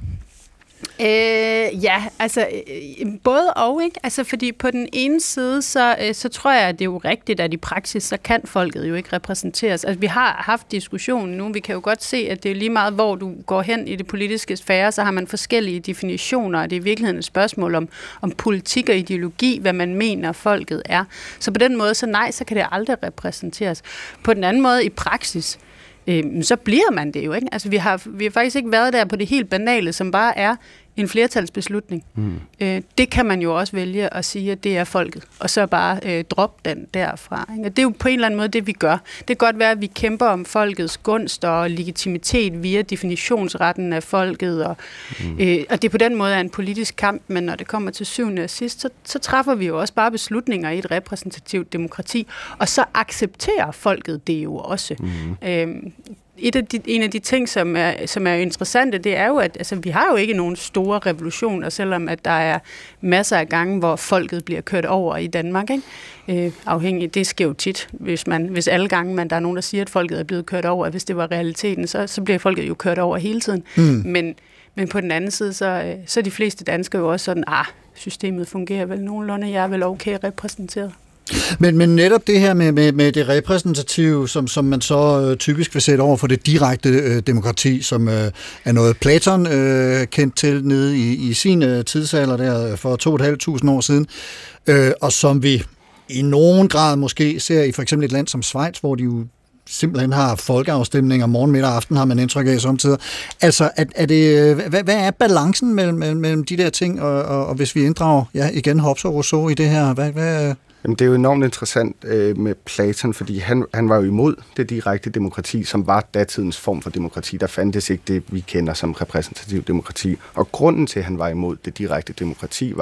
Øh, ja, altså øh, både og, ikke? Altså fordi på den ene side, så, øh, så tror jeg, at det er jo rigtigt, at i praksis, så kan folket jo ikke repræsenteres. Altså vi har haft diskussionen nu, vi kan jo godt se, at det er lige meget, hvor du går hen i det politiske sfære, så har man forskellige definitioner, og det er i virkeligheden et spørgsmål om, om politik og ideologi, hvad man mener, folket er. Så på den måde, så nej, så kan det aldrig repræsenteres. På den anden måde, i praksis, øh, så bliver man det jo, ikke? Altså vi har, vi har faktisk ikke været der på det helt banale, som bare er en flertalsbeslutning. Mm. Øh, det kan man jo også vælge at sige, at det er folket, og så bare øh, droppe den derfra. Ikke? Og det er jo på en eller anden måde det, vi gør. Det kan godt være, at vi kæmper om folkets gunst og legitimitet via definitionsretten af folket, og, mm. øh, og det på den måde er en politisk kamp, men når det kommer til syvende og sidst, så, så træffer vi jo også bare beslutninger i et repræsentativt demokrati, og så accepterer folket det jo også. Mm. Øh, Et af de, en af de ting, som er, som er interessante, det er jo, at altså, vi har jo ikke nogen store revolutioner, selvom at der er masser af gange, hvor folket bliver kørt over i Danmark. Ikke? Øh, afhængigt, det sker jo tit, hvis, man, hvis alle gange man, der er nogen, der siger, at folket er blevet kørt over, at hvis det var realiteten, så, så bliver folket jo kørt over hele tiden. Mm. Men, men på den anden side, så, så er de fleste danskere jo også sådan, ah, systemet fungerer vel nogenlunde, jeg er vel okay repræsenteret. Men, men netop det her med, med, med det repræsentative, som, som man så øh, typisk vil sætte over for det direkte øh, demokrati, som øh, er noget Platon øh, kendt til nede i, i sin øh, tidsalder der for to og et halvt tusind år siden, øh, og som vi i nogen grad måske ser i for eksempel et land som Schweiz, hvor de jo simpelthen har folkeafstemninger morgen, middag og aften, har man indtryk af samtidig. Altså, er, er det, hvad, hvad er balancen mellem, mellem de der ting, og, og, og hvis vi inddrager, ja, igen Hobbes og Rousseau i det her, hvad, hvad Jamen, det er jo enormt interessant øh, med Platon, fordi han, han var jo imod det direkte demokrati, som var datidens form for demokrati. Der fandtes ikke det, vi kender som repræsentativ demokrati. Og grunden til, at han var imod det direkte demokrati, var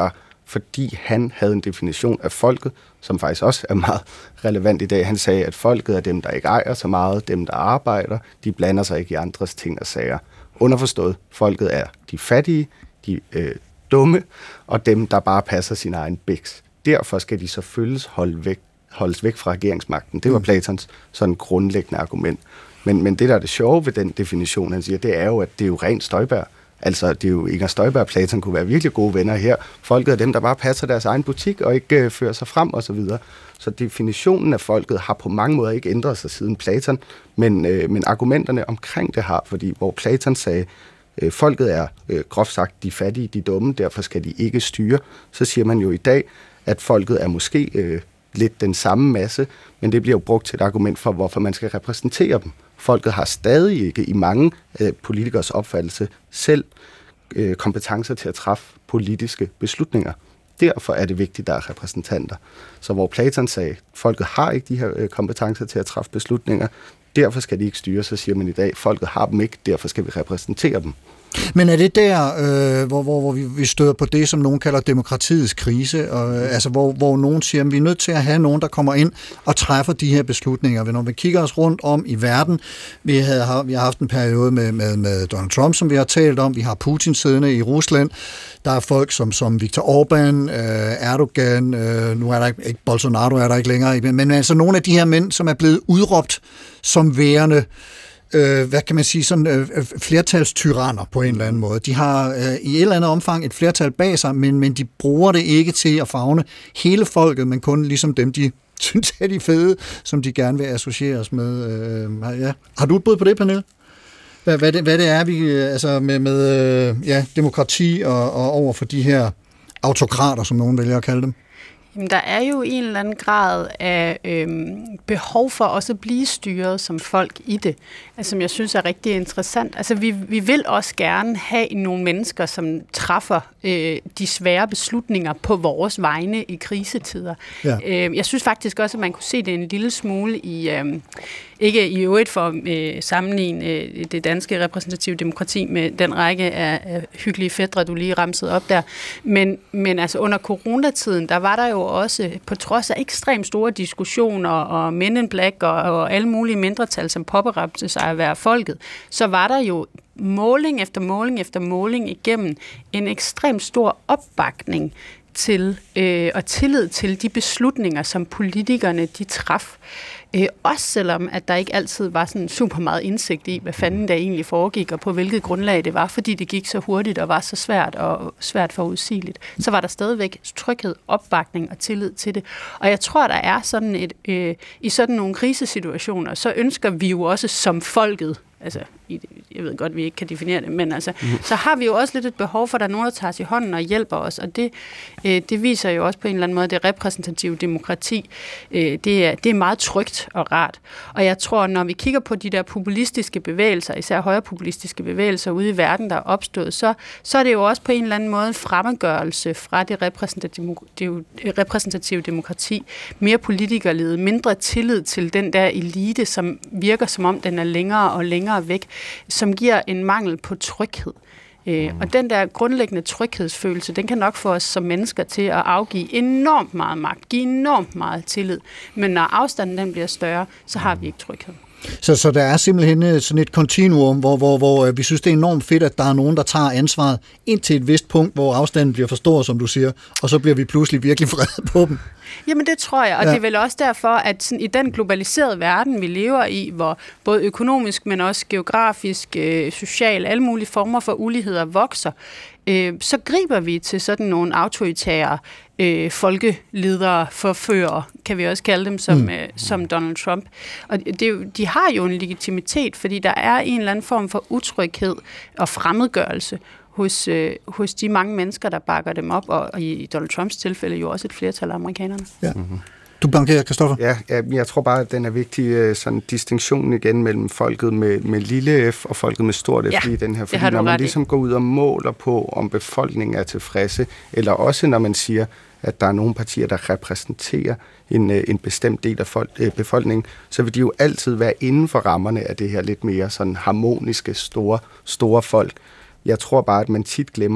fordi han havde en definition af folket, som faktisk også er meget relevant i dag. Han sagde, at folket er dem, der ikke ejer så meget, dem, der arbejder, de blander sig ikke i andres ting og sager. Underforstået, folket er de fattige, de øh, dumme, og dem, der bare passer sin egen biks. Derfor skal de så følges holde væk, holdes væk fra regeringsmagten. Det var Platons sådan grundlæggende argument. Men, men det, der er det sjove ved den definition, han siger, det er jo, at det er jo rent Støjberg. Altså, det er jo Inger Støjberg og Platon kunne være virkelig gode venner her. Folket er dem, der bare passer deres egen butik og ikke øh, fører sig frem osv. Så, videre. Så definitionen af folket har på mange måder ikke ændret sig siden Platon, men, øh, men argumenterne omkring det har, fordi hvor Platon sagde, øh, folket er øh, groft sagt de fattige, de dumme, derfor skal de ikke styre, så siger man jo i dag, at folket er måske øh, lidt den samme masse, men det bliver jo brugt til et argument for, hvorfor man skal repræsentere dem. Folket har stadig ikke i mange øh, politikers opfattelse selv øh, kompetencer til at træffe politiske beslutninger. Derfor er det vigtigt, at der er repræsentanter. Så hvor Platon sagde, at folket har ikke de her øh, kompetencer til at træffe beslutninger, derfor skal de ikke styre, så siger man i dag, at folket har dem ikke, derfor skal vi repræsentere dem. Men er det der, øh, hvor, hvor, hvor vi, vi støder på det, som nogen kalder demokratiets krise, og, øh, altså hvor, hvor nogen siger, at vi er nødt til at have nogen, der kommer ind og træffer de her beslutninger. Når vi kigger os rundt om i verden, vi, havde, vi har haft en periode med, med, med Donald Trump, som vi har talt om, vi har Putin siddende i Rusland, der er folk som, som Viktor Orbán, øh, Erdogan, øh, nu er der ikke, ikke Bolsonaro er der ikke længere, men, men altså nogle af de her mænd, som er blevet udråbt som værende Øh, hvad kan man sige, sådan øh, flertalstyranner på en eller anden måde. De har øh, i et eller andet omfang et flertal bag sig, men, men de bruger det ikke til at favne hele folket, men kun ligesom dem, de synes er de fede, som de gerne vil associeres med. Øh, ja. Har du et bud på det, Pernille? Hvad, hvad, det, hvad det er, vi altså med, med øh, ja, demokrati og, og over for de her autokrater, som nogen vælger at kalde dem? Jamen, der er jo en eller anden grad af øhm, behov for også at blive styret som folk i det, altså, som jeg synes er rigtig interessant. Altså, vi, vi vil også gerne have nogle mennesker, som træffer øh, de svære beslutninger på vores vegne i krisetider. Ja. Øh, jeg synes faktisk også, at man kunne se det en lille smule i, øh, ikke i øvrigt for øh, sammenligne øh, det danske repræsentative demokrati med den række af, af hyggelige fædre, du lige ramsede op der, men, men altså under coronatiden, der var der jo også, på trods af ekstremt store diskussioner og Men in Black og, og alle mulige mindretal, som påberåbte sig at være folket, så var der jo måling efter måling efter måling igennem en ekstremt stor opbakning til øh, og tillid til de beslutninger, som politikerne de traf. Øh, også selvom, at der ikke altid var sådan super meget indsigt i, hvad fanden der egentlig foregik, og på hvilket grundlag det var, fordi det gik så hurtigt og var så svært og svært forudsigeligt, så var der stadigvæk tryghed, opbakning og tillid til det. Og jeg tror, der er sådan et, øh, i sådan nogle krisesituationer, så ønsker vi jo også som folket, altså, jeg ved godt, vi ikke kan definere det, men altså, mm. så har vi jo også lidt et behov for, at der er nogen, der tager os i hånden og hjælper os, og det, øh, det viser jo også på en eller anden måde, det repræsentative demokrati, øh, det, er, det er meget trygt og rart. Og jeg tror, når vi kigger på de der populistiske bevægelser, især højrepopulistiske bevægelser ude i verden, der er opstået, så, så er det jo også på en eller anden måde en fremmedgørelse fra det repræsentative, det repræsentative demokrati, mere politikerlede, mindre tillid til den der elite, som virker som om, den er længere og længere væk, som giver en mangel på tryghed. Øh, og den der grundlæggende tryghedsfølelse, den kan nok få os som mennesker til at afgive enormt meget magt, give enormt meget tillid. Men når afstanden den bliver større, så har vi ikke tryghed. Så, så der er simpelthen sådan et kontinuum, hvor, hvor, hvor vi synes, det er enormt fedt, at der er nogen, der tager ansvaret ind til et vist punkt, hvor afstanden bliver for stor, som du siger, og så bliver vi pludselig virkelig vrede på dem. Jamen det tror jeg, og ja. Det er vel også derfor, at sådan, i den globaliserede verden, vi lever i, hvor både økonomisk, men også geografisk, øh, social, alle mulige former for uligheder vokser, øh, så griber vi til sådan nogle autoritære øh, folkeledere, forfører, kan vi også kalde dem, som, mm. øh, som Donald Trump. Og det, de har jo en legitimitet, fordi der er en eller anden form for utryghed og fremmedgørelse hos, øh, hos de mange mennesker, der bakker dem op, og, og i Donald Trumps tilfælde jo også et flertal af amerikanerne. Ja. Mm-hmm. Du bankerer, Christoffer? Ja, ja, jeg tror bare, at den er vigtig, sådan distinktionen igen mellem folket med, med lille f og folket med stort f ja, i den her. Fordi når man ligesom går ud og måler på, om befolkningen er tilfredse, eller også når man siger, at der er nogle partier, der repræsenterer en, en bestemt del af folk, øh, befolkningen, så vil de jo altid være inden for rammerne af det her lidt mere sådan harmoniske, store, store folk. Jeg tror bare, at man tit glemmer, at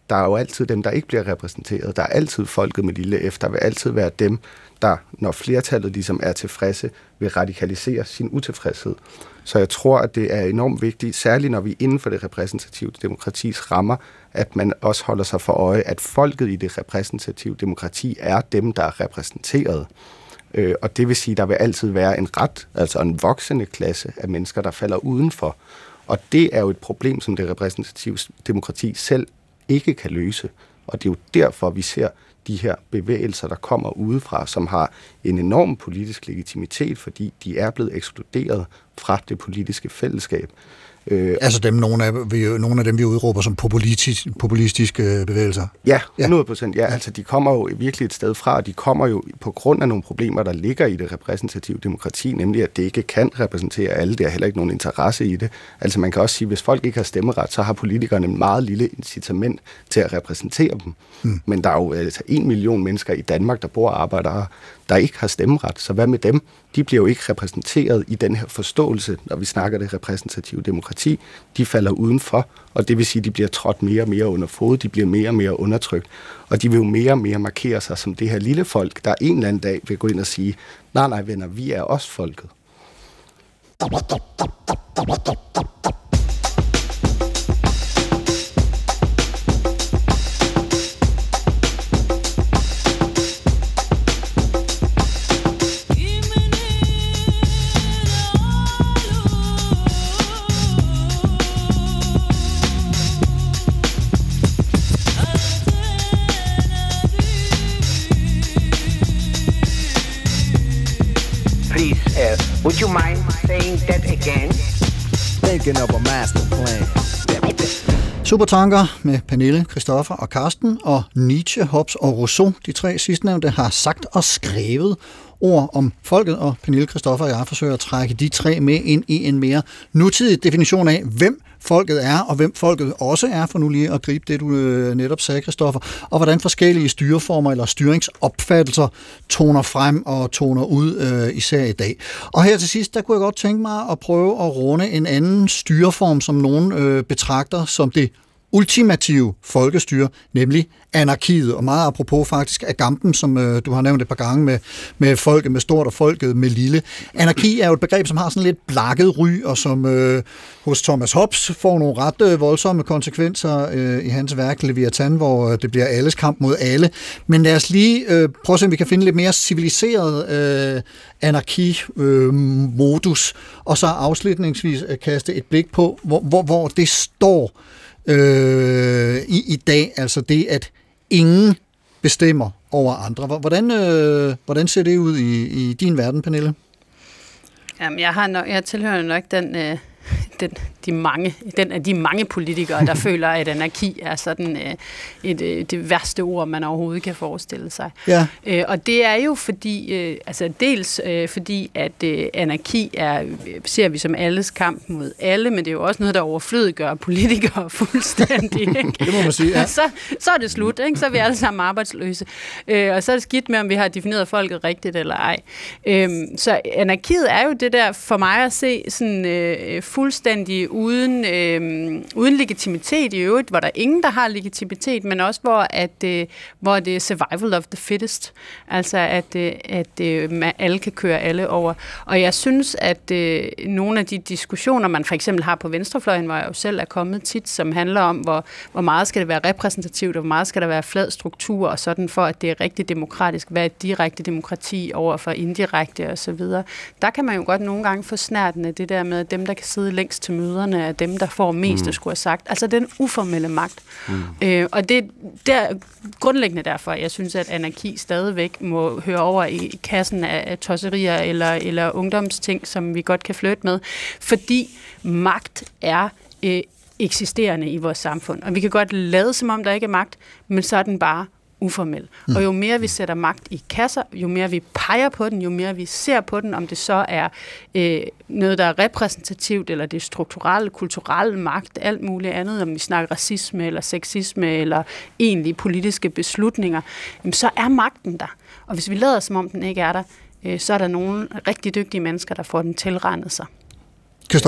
der er jo altid dem, der ikke bliver repræsenteret. Der er altid folket med lille f. Der vil altid være dem, der, når flertallet ligesom er tilfredse, vil radikalisere sin utilfredshed. Så jeg tror, at det er enormt vigtigt, særligt når vi er inden for det repræsentative demokratis rammer, at man også holder sig for øje, at folket i det repræsentative demokrati er dem, der er repræsenteret. Øh, og det vil sige, at der vil altid være en ret, altså en voksende klasse af mennesker, der falder udenfor. Og det er jo et problem, som det repræsentative demokrati selv ikke kan løse. Og det er jo derfor, vi ser de her bevægelser, der kommer udefra, som har en enorm politisk legitimitet, fordi de er blevet ekskluderet fra det politiske fællesskab. Øh, altså dem, nogle, af, vi, nogle af dem, vi udråber som populistisk, populistiske bevægelser? Ja, hundrede procent. Ja, altså de kommer jo virkelig et sted fra, og de kommer jo på grund af nogle problemer, der ligger i det repræsentative demokrati, nemlig at det ikke kan repræsentere alle. Der er heller ikke nogen interesse i det. Altså man kan også sige, at hvis folk ikke har stemmeret, så har politikerne en meget lille incitament til at repræsentere dem. Mm. Men der er jo altså en million mennesker i Danmark, der bor og arbejder her, der ikke har stemmeret. Så hvad med dem? De bliver jo ikke repræsenteret i den her forståelse, når vi snakker det repræsentative demokrati. De falder udenfor, og det vil sige, at de bliver trådt mere og mere under fod, de bliver mere og mere undertrykt, og de vil jo mere og mere markere sig som det her lille folk, der en eller anden dag vil gå ind og sige, nej, nej venner, vi er også folket. Would you mind saying that again? Thinking of a master plan. Supertanker med Pernille, Christoffer og Karsten, og Nietzsche, Hobbes og Rousseau, de tre sidstnævnte, har sagt og skrevet ord om folket, og Pernille, Christoffer og jeg forsøger at trække de tre med ind i en mere nutidig definition af, hvem folket er, og hvem folket også er, for nu lige at gribe det, du netop sagde, Christoffer, og hvordan forskellige styreformer eller styringsopfattelser toner frem og toner ud, øh, især i dag. Og her til sidst, der kunne jeg godt tænke mig at prøve at runde en anden styreform, som nogen øh, betragter som det ultimative folkestyre, nemlig anarkiet, og meget apropos faktisk af Gampen, som øh, du har nævnt et par gange med, med folket med stort og folket med lille. Anarki er jo et begreb, som har sådan lidt blakket ry, og som øh, hos Thomas Hobbes får nogle ret øh, voldsomme konsekvenser øh, i hans værk Leviathan, hvor øh, det bliver alles kamp mod alle. Men lad os lige øh, prøve at se, om vi kan finde lidt mere civiliseret øh, anarki-modus, øh, og så afslutningsvis øh, kaste et blik på, hvor, hvor, hvor det står Øh, i, i dag, altså det, at ingen bestemmer over andre. Hvordan, øh, hvordan ser det ud i, i din verden, Pernille? Jamen, jeg, har nok, jeg tilhører nok den, øh, den, de mange, den af de mange politikere, der føler, at anarki er sådan øh, et, øh, det værste ord, man overhovedet kan forestille sig. Ja. Øh, og det er jo fordi, øh, altså dels øh, fordi, at øh, anarki er, ser vi som alles kamp mod alle, men det er jo også noget, der overflødiggør politikere fuldstændig. Ikke? Det må man sige, ja. så, så er det slut, ikke? Så er vi alle sammen arbejdsløse. Øh, og så er det skidt med, om vi har defineret folket rigtigt eller ej. Øh, så anarkiet er jo det der, for mig at se, sådan øh, fuldstændig uden, øh, uden legitimitet i øvrigt, hvor der er ingen, der har legitimitet, men også hvor, at, øh, hvor det er survival of the fittest. Altså, at, øh, at øh, alle kan køre alle over. Og jeg synes, at øh, nogle af de diskussioner, man for eksempel har på venstrefløjen, hvor jeg jo selv er kommet tit, som handler om, hvor, hvor meget skal det være repræsentativt, og hvor meget skal der være flad struktur, og sådan for, at det er rigtig demokratisk, hvad er direkte demokrati over for indirekte og så videre. Der kan man jo godt nogle gange få snærten af det der med, at dem, der kan sidde længst til møderne, er dem, der får mest, mm. skulle have sagt. Altså den uformelle magt. Mm. Øh, og det er grundlæggende derfor, jeg synes, at anarki stadigvæk må høre over i kassen af tosserier eller, eller ungdomsting, som vi godt kan flytte med. Fordi magt er øh, eksisterende i vores samfund. Og vi kan godt lade, som om der ikke er magt, men så er den bare uformel. Mm. Og jo mere vi sætter magt i kasser, jo mere vi peger på den, jo mere vi ser på den, om det så er øh, noget, der er repræsentativt, eller det er strukturelle, kulturelle magt, alt muligt andet, om vi snakker racisme, eller sexisme, eller egentlige politiske beslutninger, jamen, så er magten der. Og hvis vi lader, som om den ikke er der, øh, så er der nogle rigtig dygtige mennesker, der får den tilregnet sig. Christoffer?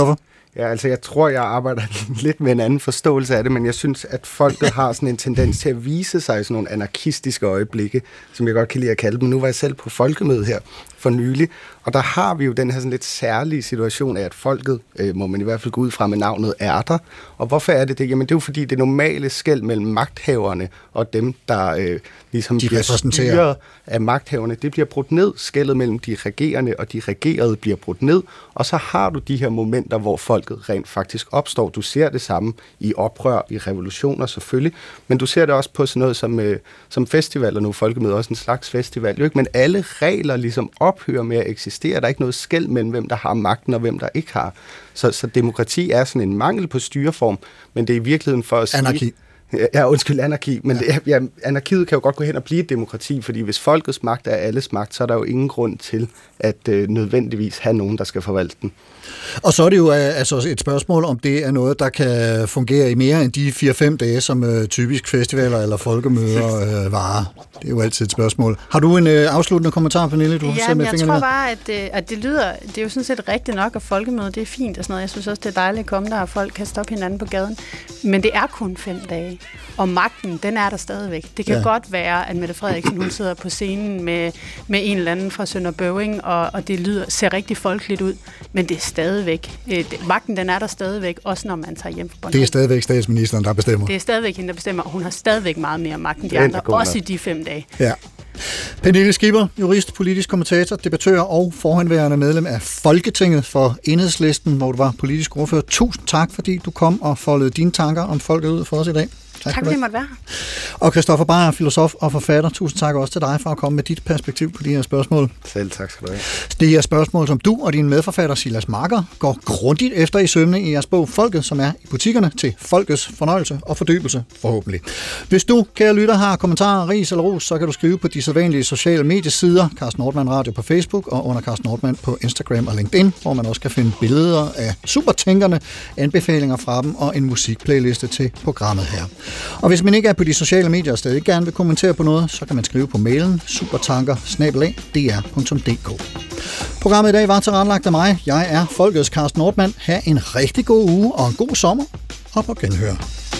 Ja, altså jeg tror, jeg arbejder lidt med en anden forståelse af det, men jeg synes, at folket har sådan en tendens til at vise sig i sådan nogle anarkistiske øjeblikke, som jeg godt kan lide at kalde dem. Nu var jeg selv på folkemøde her for nylig, og der har vi jo den her sådan lidt særlige situation af, at folket, øh, må man i hvert fald gå ud fra med navnet, er der. Og hvorfor er det det? Jamen det er jo fordi, det normale skel mellem magthaverne og dem, der øh, ligesom de bliver styret af magthaverne, det bliver brudt ned. Skellet mellem de regerende og de regerede bliver brudt ned, og så har du de her momenter, hvor folket rent faktisk opstår. Du ser det samme i oprør, i revolutioner selvfølgelig, men du ser det også på sådan noget som, øh, som festivaler nu. Folkemøde er også en slags festival, jo ikke? Men alle regler ligesom ophører med at eksistere. Der er ikke noget skel mellem, hvem der har magten og hvem der ikke har. Så, så demokrati er sådan en mangel på styreform, men det er i virkeligheden for at sige... Anarki. Ja, undskyld, anarki. Men ja. Det, ja, anarkiet kan jo godt gå hen og blive et demokrati, fordi hvis folkets magt er alles magt, så er der jo ingen grund til at øh, nødvendigvis have nogen, der skal forvalte den. Og så er det jo altså et spørgsmål, om det er noget, der kan fungere i mere end de fire fem dage, som øh, typisk festivaler eller folkemøder øh, varer. Det er jo altid et spørgsmål. Har du en øh, afsluttende kommentar, Pernille? Du ja, men jeg tror med? bare, at, øh, at det lyder, det er jo sådan set rigtigt nok, at folkemøde, det er fint og sådan noget. Jeg synes også, det er dejligt at komme der, og folk kan stoppe hinanden på gaden. Men det er kun fem dage. Og magten, den er der stadigvæk. Det kan ja. godt være, at Mette Frederiksen, hun sidder på scenen med, med en eller anden fra Sønder Bøving, og, og det lyder, ser rigtig folkeligt ud, men det er stadigvæk. Øh, det, magten, den er der stadigvæk, også når man tager hjem fra Bornholm. Det er stadigvæk statsministeren, der bestemmer. Det er stadigvæk hende, der bestemmer, og hun har stadigvæk meget mere magt end de andre, også i de fem dage. Ja. Pernille Skipper, jurist, politisk kommentator, debattør og forhenværende medlem af Folketinget for Enhedslisten, hvor du var politisk ordfører. Tusind tak, fordi du kom og foldede dine tanker om folket ud for os i dag. Tak, tak fordi I måtte være her. Og Christoffer Bayer, filosof og forfatter, tusind tak også til dig for at komme med dit perspektiv på de her spørgsmål. Selv tak skal du have. Det er spørgsmål, som du og din medforfatter Silas Marker går grundigt efter i sømne i jeres bog Folket, som er i butikkerne til folkets fornøjelse og fordybelse, forhåbentlig. Hvis du, kære lytter, har kommentarer, ris eller ros, så kan du skrive på de sædvanlige sociale mediesider, Carsten Nordmann Radio på Facebook og under Carsten Nordmann på Instagram og LinkedIn, hvor man også kan finde billeder af supertænkerne, anbefalinger fra dem og en musikplayliste til programmet her. Og hvis man ikke er på de sociale medier og stadig gerne vil kommentere på noget, så kan man skrive på mailen supertanker bindestreg d r punktum d k. Programmet i dag var tilrettelagt af mig. Jeg er Folkets Carsten Nordmann. Ha' en rigtig god uge og en god sommer. Og på genhør.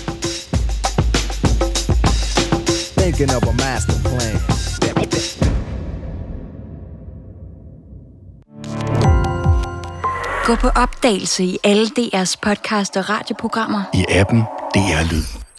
Thinking of a master plan. Gå på opdagelse i alle D R's podcast og radioprogrammer. I appen D R Lyd.